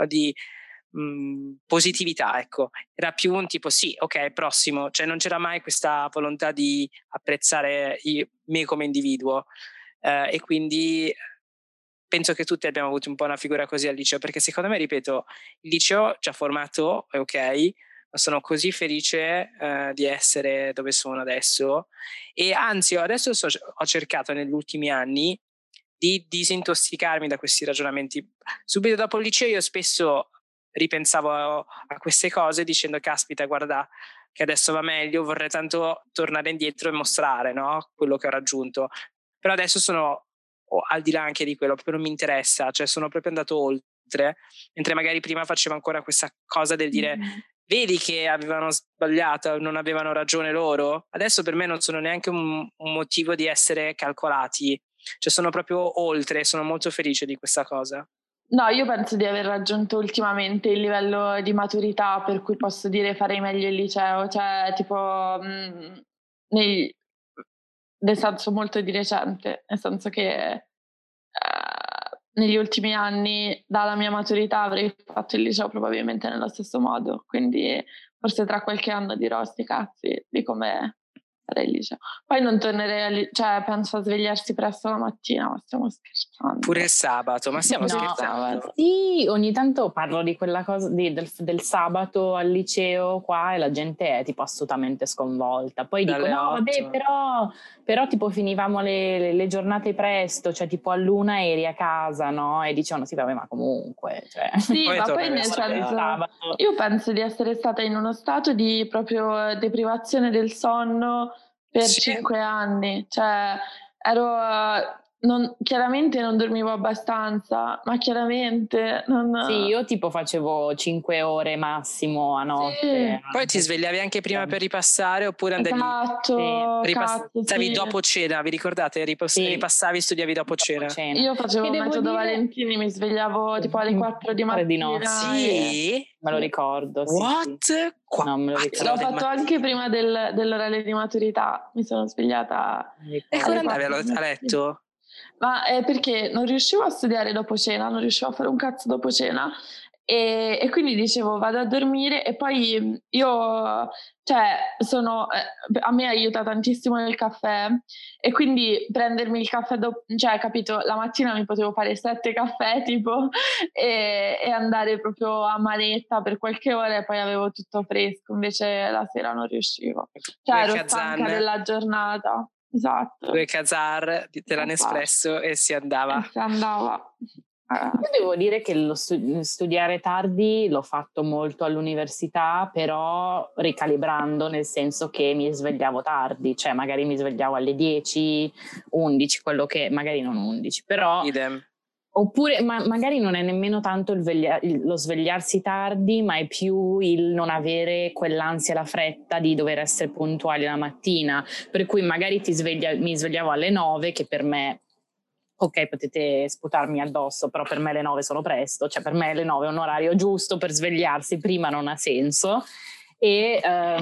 positività, ecco. Era più un tipo sì, ok, prossimo, cioè non c'era mai questa volontà di apprezzare me come individuo, e quindi penso che tutti abbiamo avuto un po' una figura così al liceo, perché secondo me, ripeto, il liceo ci ha formato, è ok, ma sono così felice di essere dove sono adesso, e anzi adesso ho cercato negli ultimi anni di disintossicarmi da questi ragionamenti. Subito dopo il liceo io spesso ripensavo a queste cose dicendo caspita, guarda che adesso va meglio, vorrei tanto tornare indietro e mostrare, no? Quello che ho raggiunto, però adesso sono al di là anche di quello, proprio non mi interessa, cioè sono proprio andato oltre, mentre magari prima facevo ancora questa cosa del dire vedi che avevano sbagliato, non avevano ragione loro, adesso per me non sono neanche un motivo di essere calcolati, cioè sono proprio oltre, sono molto felice di questa cosa. No, io penso di aver raggiunto ultimamente il livello di maturità per cui posso dire farei meglio il liceo, cioè tipo nel senso molto di recente, nel senso che negli ultimi anni, dalla mia maturità, avrei fatto il liceo probabilmente nello stesso modo, quindi forse tra qualche anno dirò sti cazzi di come fare il liceo. Poi non tornerei cioè penso a svegliarsi presto la mattina, ma stiamo scherzando. Pure il sabato, ma stiamo scherzando? Sì, ogni tanto parlo di quella cosa del sabato al liceo qua e la gente è tipo assolutamente sconvolta. Poi dico no, vabbè, però tipo finivamo le giornate presto, cioè tipo all'1 eri a casa, no? E dicevano sì, vabbè, ma comunque. Cioè, sì, ma poi nel senso, io penso di essere stata in uno stato di proprio deprivazione del sonno per 5 anni, cioè chiaramente non dormivo abbastanza, ma chiaramente non... Sì, io tipo facevo 5 ore massimo a notte. Sì. Poi ti svegliavi anche prima per ripassare oppure andavi... Stavi dopo cena, vi ricordate? Ripassavi, studiavi dopo cena. Io facevo il metodo Valentini, mi svegliavo tipo alle 4 di mattina. Sì? Me lo ricordo. What? Sì. Non me lo ricordo. L'ho fatto anche prima dell'orario di maturità, mi sono svegliata. E come andavi a letto? Ma perché non riuscivo a studiare dopo cena, non riuscivo a fare un cazzo dopo cena e quindi dicevo vado a dormire e poi io, cioè, a me aiuta tantissimo il caffè e quindi prendermi il caffè cioè, capito, la mattina mi potevo fare 7 caffè tipo e andare proprio a manetta per qualche ora e poi avevo tutto fresco, invece la sera non riuscivo, cioè ero stanca della giornata. Esatto. 2 Khazar della Nespresso e si andava. Io devo dire che studiare tardi l'ho fatto molto all'università, però ricalibrando, nel senso che mi svegliavo tardi, cioè magari mi svegliavo alle 10, 11, quello che magari non 11, però idem. Oppure magari non è nemmeno tanto lo svegliarsi tardi, ma è più il non avere quell'ansia e la fretta di dover essere puntuali la mattina, per cui magari mi svegliavo alle 9, che per me, ok, potete sputarmi addosso, però per me le 9 sono presto, cioè per me le 9 è un orario giusto per svegliarsi, prima non ha senso, e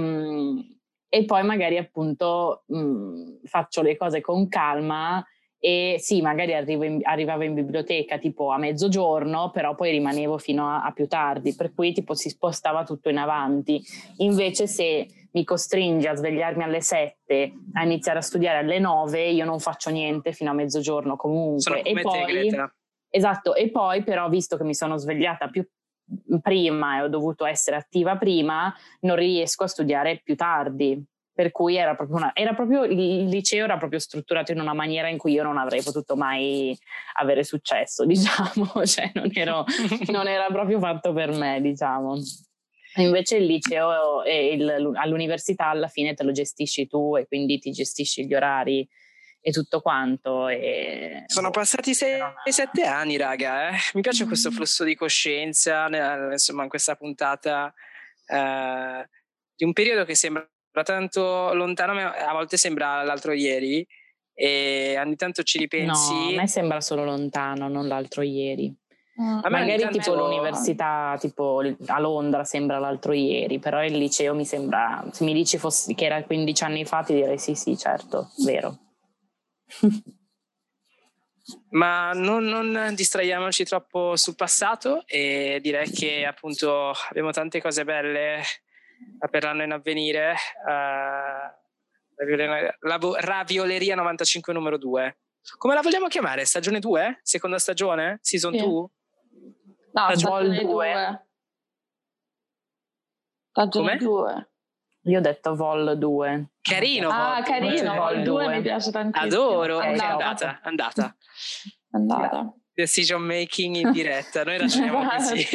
poi magari appunto faccio le cose con calma. E sì, magari arrivavo in biblioteca tipo a mezzogiorno, però poi rimanevo fino a più tardi, per cui tipo si spostava tutto in avanti. Invece se mi costringe a svegliarmi alle 7, a iniziare a studiare alle 9, io non faccio niente fino a mezzogiorno comunque. Sono come te, Greta. Esatto, e poi però visto che mi sono svegliata più prima e ho dovuto essere attiva prima, non riesco a studiare più tardi. Per cui era proprio il liceo era proprio strutturato in una maniera in cui io non avrei potuto mai avere successo, diciamo, cioè non era proprio fatto per me, diciamo. Invece il liceo e all'università alla fine te lo gestisci tu e quindi ti gestisci gli orari e tutto quanto. Sono passati 6-7 anni, raga. Mi piace questo flusso di coscienza, insomma, in questa puntata di un periodo che sembra tanto lontano, a volte sembra l'altro ieri e ogni tanto ci ripensi. No, a me sembra solo lontano, non l'altro ieri. Magari tipo l'università tipo a Londra sembra l'altro ieri, però il liceo mi sembra, se mi dici che era 15 anni fa ti direi sì, certo, vero. Ma non distraiamoci troppo sul passato e direi che appunto abbiamo tante cose belle per l'anno in avvenire. Ravioleria 95 numero 2. Come la vogliamo chiamare? Stagione 2? Seconda stagione? Season 2? No, stagione 2. Stagione 2. Io ho detto Vol 2. Carino. Carino. Vol 2 mi piace tantissimo. Adoro. Andata. Decision making in diretta. Noi ragioniamo così.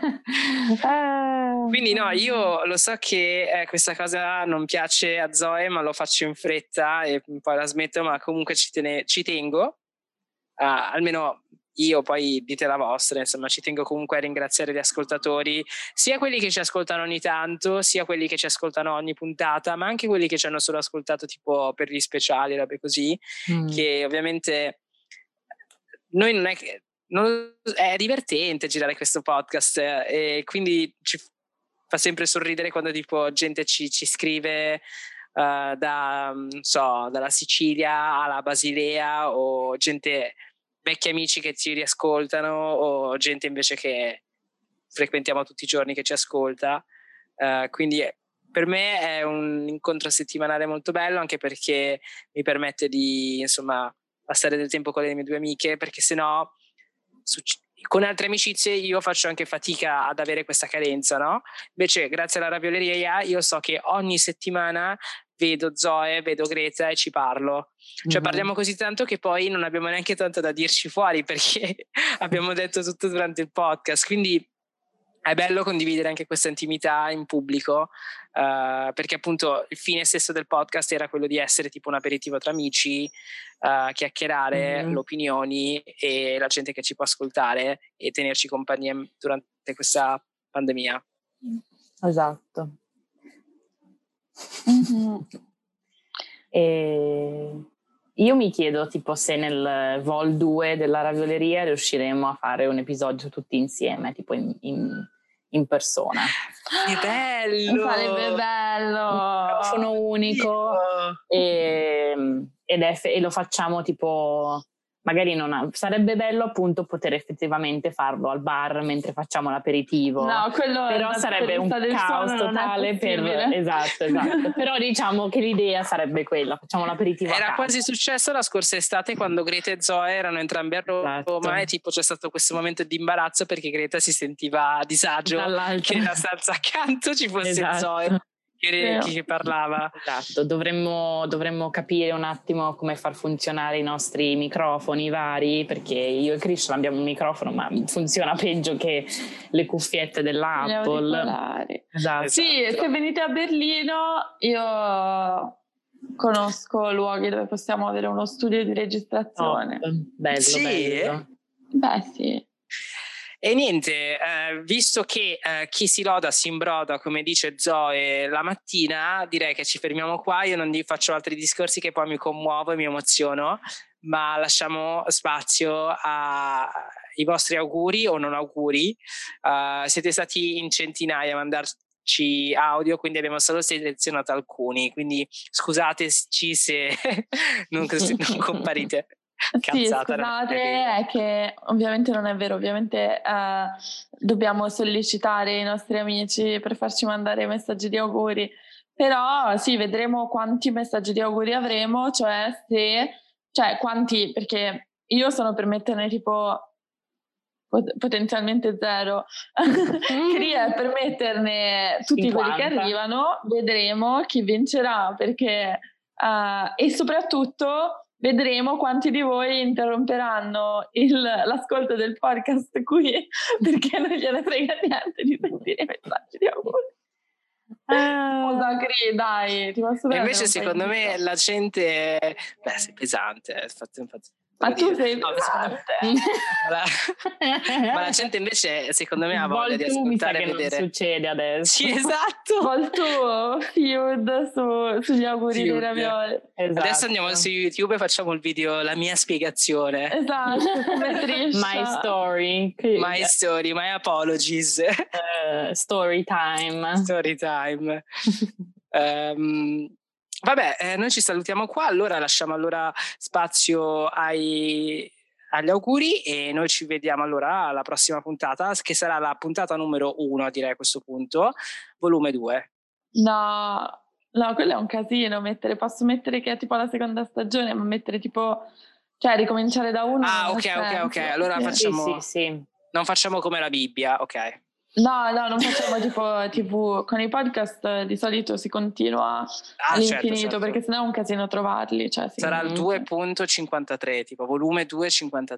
Quindi no, io lo so che questa cosa non piace a Zoe, ma lo faccio in fretta e poi la smetto, ma comunque ci tengo. Almeno io, poi dite la vostra, insomma ci tengo comunque a ringraziare gli ascoltatori, sia quelli che ci ascoltano ogni tanto, sia quelli che ci ascoltano ogni puntata, ma anche quelli che ci hanno solo ascoltato tipo per gli speciali, robe così, che ovviamente noi non è che è divertente girare questo podcast, e quindi ci fa sempre sorridere quando tipo gente ci scrive dalla Sicilia alla Basilea, o gente, vecchi amici che ci riascoltano, o gente invece che frequentiamo tutti i giorni che ci ascolta, quindi per me è un incontro settimanale molto bello, anche perché mi permette di passare del tempo con le mie due amiche, perché sennò con altre amicizie io faccio anche fatica ad avere questa cadenza, no? Invece grazie alla ravioleria io so che ogni settimana vedo Zoe, vedo Greta e ci parlo. Cioè parliamo così tanto che poi non abbiamo neanche tanto da dirci fuori, perché abbiamo detto tutto durante il podcast, quindi è bello condividere anche questa intimità in pubblico, perché appunto il fine stesso del podcast era quello di essere tipo un aperitivo tra amici, chiacchierare le opinioni e la gente che ci può ascoltare e tenerci compagnia durante questa pandemia. Esatto. E io mi chiedo tipo se nel Vol 2 della ravioleria riusciremo a fare un episodio tutti insieme, tipo in persona. Che bello! Sarebbe bello! Un microfono unico e lo facciamo tipo, magari sarebbe bello appunto poter effettivamente farlo al bar mentre facciamo l'aperitivo. No, quello però sarebbe un caos totale esatto. Però diciamo che l'idea sarebbe quella, facciamo l'aperitivo era quasi successo la scorsa estate quando Greta e Zoe erano entrambe a Roma, esatto. E tipo c'è stato questo momento di imbarazzo perché Greta si sentiva a disagio che nella stanza accanto ci fosse Zoe che parlava. Esatto, dovremmo capire un attimo come far funzionare i nostri microfoni vari, perché io e Christian abbiamo un microfono ma funziona peggio che le cuffiette dell'Apple. Esatto. Sì, se venite a Berlino io conosco luoghi dove possiamo avere uno studio di registrazione. Bello. Beh sì. E niente, visto che chi si loda si imbroda, come dice Zoe la mattina, direi che ci fermiamo qua. Io non faccio altri discorsi che poi mi commuovo e mi emoziono, ma lasciamo spazio ai vostri auguri o non auguri. Siete stati in centinaia a mandarci audio, quindi abbiamo solo selezionato alcuni, quindi scusateci se non comparite. Sì, scusate, è che ovviamente non è vero, ovviamente dobbiamo sollecitare i nostri amici per farci mandare messaggi di auguri, però sì, vedremo quanti messaggi di auguri avremo, cioè quanti, perché io sono per metterne tipo potenzialmente 0, Cria per metterne tutti 50. Quelli che arrivano, vedremo chi vincerà, perché e soprattutto vedremo quanti di voi interromperanno l'ascolto del podcast qui perché non gliene frega niente di sentire i messaggi di auguri. Dai, ti posso e invece secondo me la gente sei pesante, infatti ma tu sei pesante. Ma la gente invece secondo me ha voglia di ascoltare e vedere. Non succede adesso. Sì, esatto. Molto feud sugli auguri dei ravioli. Esatto. Adesso andiamo su YouTube e facciamo il video La mia spiegazione. Esatto, come My story, my apologies. Story time. Vabbè, noi ci salutiamo qua, allora lasciamo spazio agli auguri e noi ci vediamo allora alla prossima puntata, che sarà la puntata numero 1, direi a questo punto, volume 2. No, quello è un casino, posso mettere che è tipo la seconda stagione, ma mettere tipo, cioè ricominciare da 1. Ok, allora facciamo, sì. Non facciamo come la Bibbia, ok. No, non facciamo tipo TV. Con i podcast di solito si continua all'infinito, certo. Perché sennò è un casino trovarli. Cioè, sarà il 2.53, tipo volume 2.53.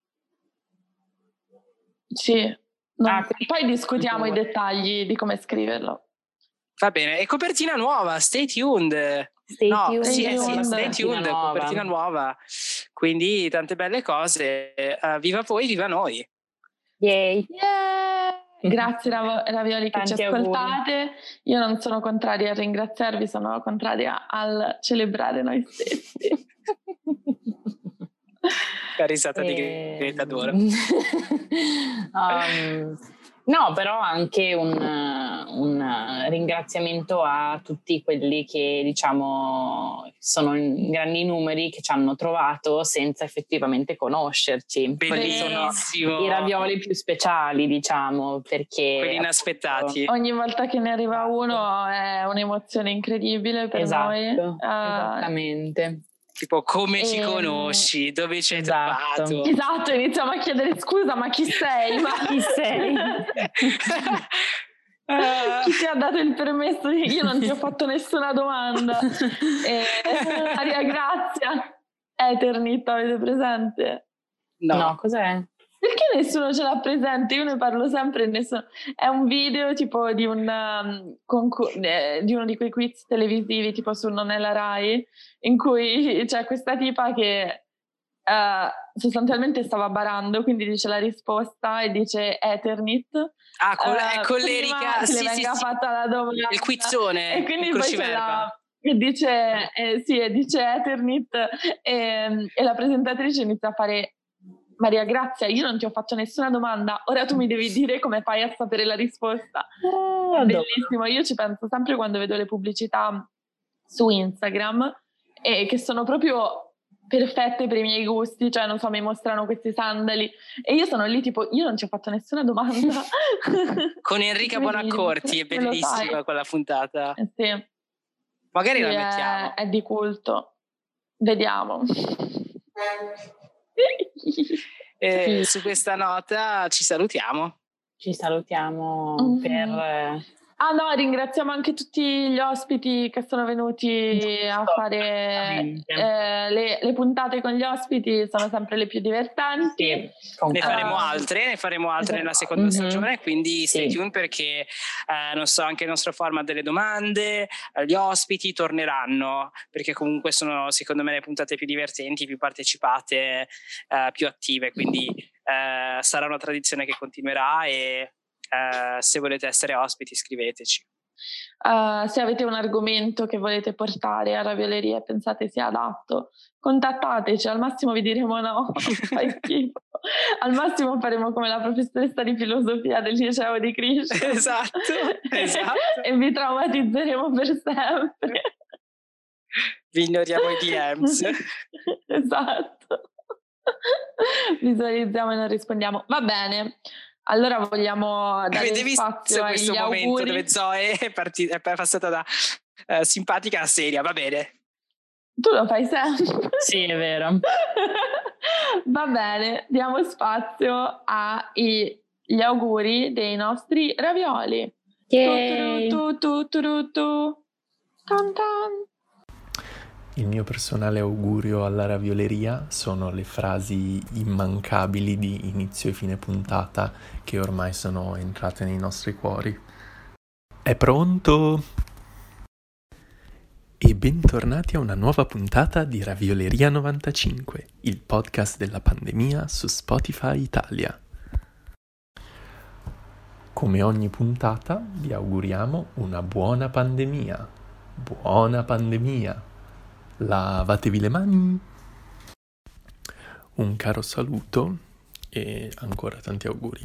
Sì. Poi discutiamo i dettagli di come scriverlo. Va bene, e copertina nuova, stay tuned. Stay tuned, copertina nuova. Quindi tante belle cose. Viva voi, viva noi. Yay. Grazie Ravioli che ci ascoltate. Auguri. Io non sono contraria a ringraziarvi, sono contraria al celebrare noi stessi. La risata di Greta Dora. No, però anche un ringraziamento a tutti quelli che, diciamo, sono in grandi numeri, che ci hanno trovato senza effettivamente conoscerci. Quelli sono i ravioli più speciali, diciamo, perché quelli inaspettati. Ogni volta che ne arriva uno è un'emozione incredibile per noi. Esattamente. Tipo, come ci conosci? Dove ci hai trovato? Esatto, iniziamo a chiedere scusa, ma chi sei? Ma chi sei? Chi ti ha dato il permesso? Io non ti ho fatto nessuna domanda. Maria Grazia, Eternit, avete presente? No, cos'è? Perché nessuno ce l'ha presente? Io ne parlo sempre e nessuno. È un video tipo di di uno di quei quiz televisivi tipo su Non è la Rai, in cui c'è questa tipa che sostanzialmente stava barando, quindi dice la risposta e dice Eternit. Con l'Erica, sì, fatta la domanda. Il quizzone. E quindi poi c'è che dice dice Eternit e la presentatrice inizia a fare: Maria Grazia, io non ti ho fatto nessuna domanda, ora tu mi devi dire come fai a sapere la risposta. È bellissimo, io ci penso sempre quando vedo le pubblicità su Instagram e che sono proprio perfette per i miei gusti, cioè non so, mi mostrano questi sandali e io sono lì tipo, io non ci ho fatto nessuna domanda. Con Enrica Bonaccorti, è bellissima quella puntata. Sì. Magari la mettiamo. È di culto. Vediamo. E su questa nota ci salutiamo. Per... ringraziamo anche tutti gli ospiti che sono venuti a fare le puntate con gli ospiti, sono sempre le più divertenti. Ne faremo altre nella seconda stagione, quindi stay tuned perché non so, anche il nostro format delle domande, gli ospiti torneranno, perché comunque sono secondo me le puntate più divertenti, più partecipate, più attive, quindi sarà una tradizione che continuerà e se volete essere ospiti scriveteci. Se avete un argomento che volete portare a Ravioleria e pensate sia adatto, contattateci, al massimo vi diremo no, fai schifo. Al massimo faremo come la professoressa di filosofia del liceo di Krishna. Esatto. E vi traumatizzeremo per sempre. Vi ignoriamo i DMs. Esatto. Visualizziamo e non rispondiamo. Va bene. Allora vogliamo dare spazio agli questo auguri. Momento dove Zoe è passata da simpatica a seria, va bene. Tu lo fai sempre. Sì, è vero. Va bene, diamo spazio agli auguri dei nostri ravioli. Il mio personale augurio alla ravioleria sono le frasi immancabili di inizio e fine puntata che ormai sono entrate nei nostri cuori. È pronto? E bentornati a una nuova puntata di Ravioleria 95, il podcast della pandemia su Spotify Italia. Come ogni puntata vi auguriamo una buona pandemia. Buona pandemia! Lavatevi le mani. Un caro saluto e ancora tanti auguri.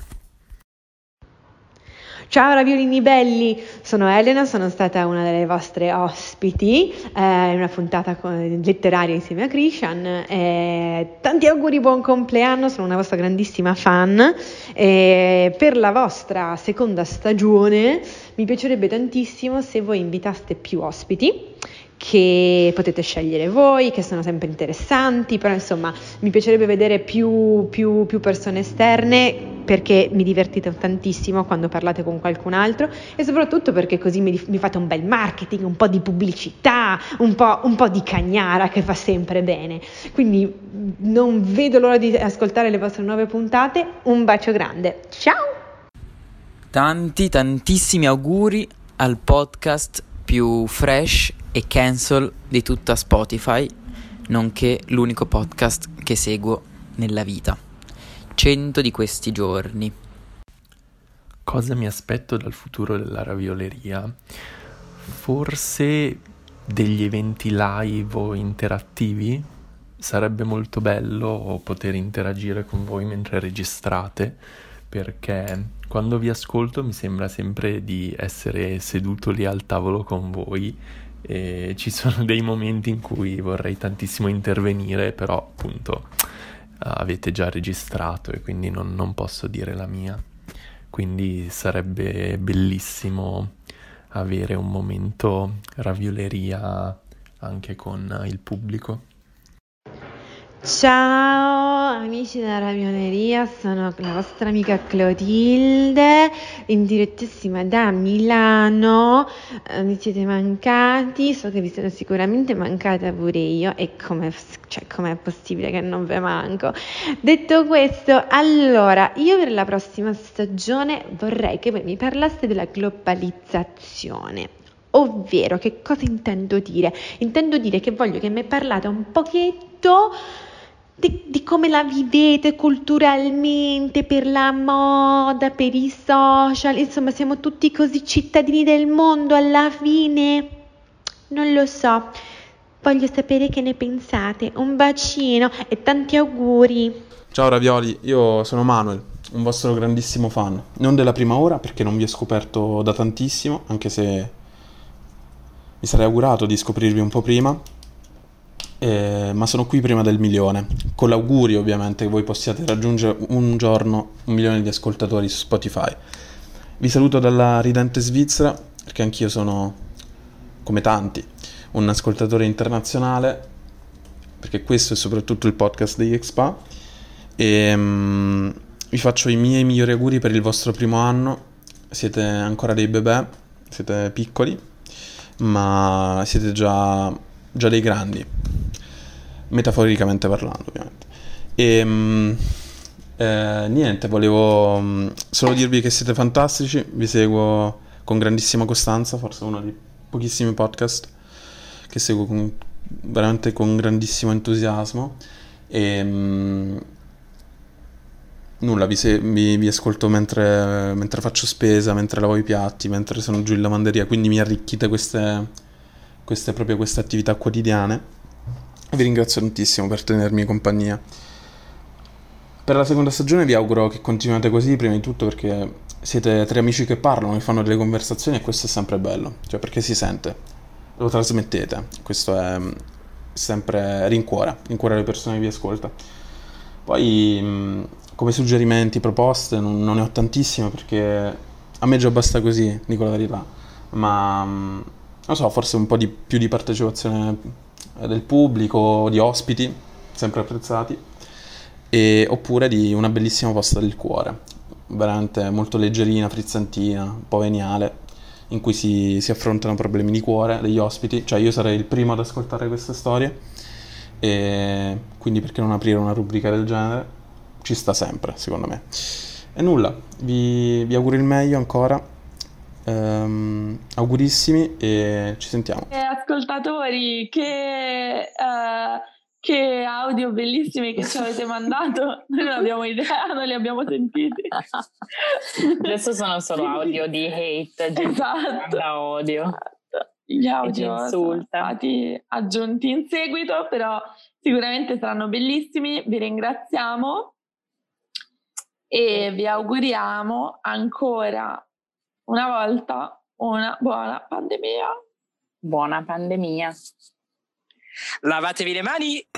Ciao raviolini belli, sono Elena, sono stata una delle vostre ospiti in una puntata letteraria insieme a Krishan. Tanti auguri, buon compleanno, sono una vostra grandissima fan. Per la vostra seconda stagione mi piacerebbe tantissimo se voi invitaste più ospiti, che potete scegliere voi, che sono sempre interessanti, però insomma mi piacerebbe vedere più persone esterne, perché mi divertite tantissimo quando parlate con qualcun altro e soprattutto perché così mi fate un bel marketing, un po' di pubblicità, un po' di cagnara che fa sempre bene. Quindi non vedo l'ora di ascoltare le vostre nuove puntate. Un bacio grande, ciao! Tantissimi auguri al podcast più fresh e cancel di tutta Spotify, nonché l'unico podcast che seguo nella vita. 100 di questi giorni. Cosa mi aspetto dal futuro della ravioleria? Forse degli eventi live o interattivi? sarebbe molto bello poter interagire con voi mentre registrate, perché quando vi ascolto mi sembra sempre di essere seduto lì al tavolo con voi e ci sono dei momenti in cui vorrei tantissimo intervenire, però appunto avete già registrato e quindi non posso dire la mia. Quindi sarebbe bellissimo avere un momento ravioleria anche con il pubblico. Ciao amici della Ravioleria, sono la vostra amica Clotilde, in direttissima da Milano. Mi siete mancati, so che vi sono sicuramente mancata pure io, e com'è possibile che non ve manco? Detto questo, allora, io per la prossima stagione vorrei che voi mi parlaste della globalizzazione. Ovvero, che cosa intendo dire? Intendo dire che voglio che mi parlate un pochetto di come la vivete culturalmente, per la moda, per i social, insomma siamo tutti così cittadini del mondo alla fine? Non lo so, voglio sapere che ne pensate. Un bacino e tanti auguri. Ciao Ravioli, io sono Manuel, un vostro grandissimo fan. Non della prima ora perché non vi ho scoperto da tantissimo, anche se mi sarei augurato di scoprirvi un po' prima. Ma sono qui prima del 1.000.000, con l'augurio ovviamente che voi possiate raggiungere un giorno 1.000.000 di ascoltatori su Spotify. Vi saluto dalla ridente Svizzera, perché anch'io sono, come tanti, un ascoltatore internazionale, perché questo è soprattutto il podcast degli Expa, e vi faccio i miei migliori auguri per il vostro primo anno. Siete ancora dei bebè, siete piccoli, ma siete già dei grandi, metaforicamente parlando ovviamente. E niente, volevo solo dirvi che siete fantastici, vi seguo con grandissima costanza, forse uno dei pochissimi podcast che seguo veramente con grandissimo entusiasmo. E nulla, vi ascolto mentre faccio spesa, mentre lavo i piatti, mentre sono giù in lavanderia, quindi mi arricchite queste attività quotidiane. Vi ringrazio tantissimo per tenermi compagnia. Per la seconda stagione vi auguro che continuate così, prima di tutto perché siete tre amici che parlano, che fanno delle conversazioni, e questo è sempre bello, cioè perché si sente, lo trasmettete, questo è sempre rincuora le persone che vi ascoltano. Poi come suggerimenti, proposte non ne ho tantissime, perché a me già basta così, dico la verità, ma non so, forse un po' di più di partecipazione del pubblico, di ospiti sempre apprezzati, oppure di una bellissima posta del cuore, veramente molto leggerina, frizzantina, un po' veniale, in cui si affrontano problemi di cuore degli ospiti. Cioè io sarei il primo ad ascoltare queste storie, e quindi perché non aprire una rubrica del genere? Ci sta sempre, secondo me. E nulla, vi auguro il meglio ancora. Augurissimi e ci sentiamo. Ascoltatori, che audio bellissimi che ci avete mandato. Noi non abbiamo idea, non li abbiamo sentiti. Adesso sono solo audio di hate, esatto, da odio. Gli audio sono stati aggiunti in seguito, però sicuramente saranno bellissimi. Vi ringraziamo e vi auguriamo ancora una volta una buona pandemia. Buona pandemia. Lavatevi le mani.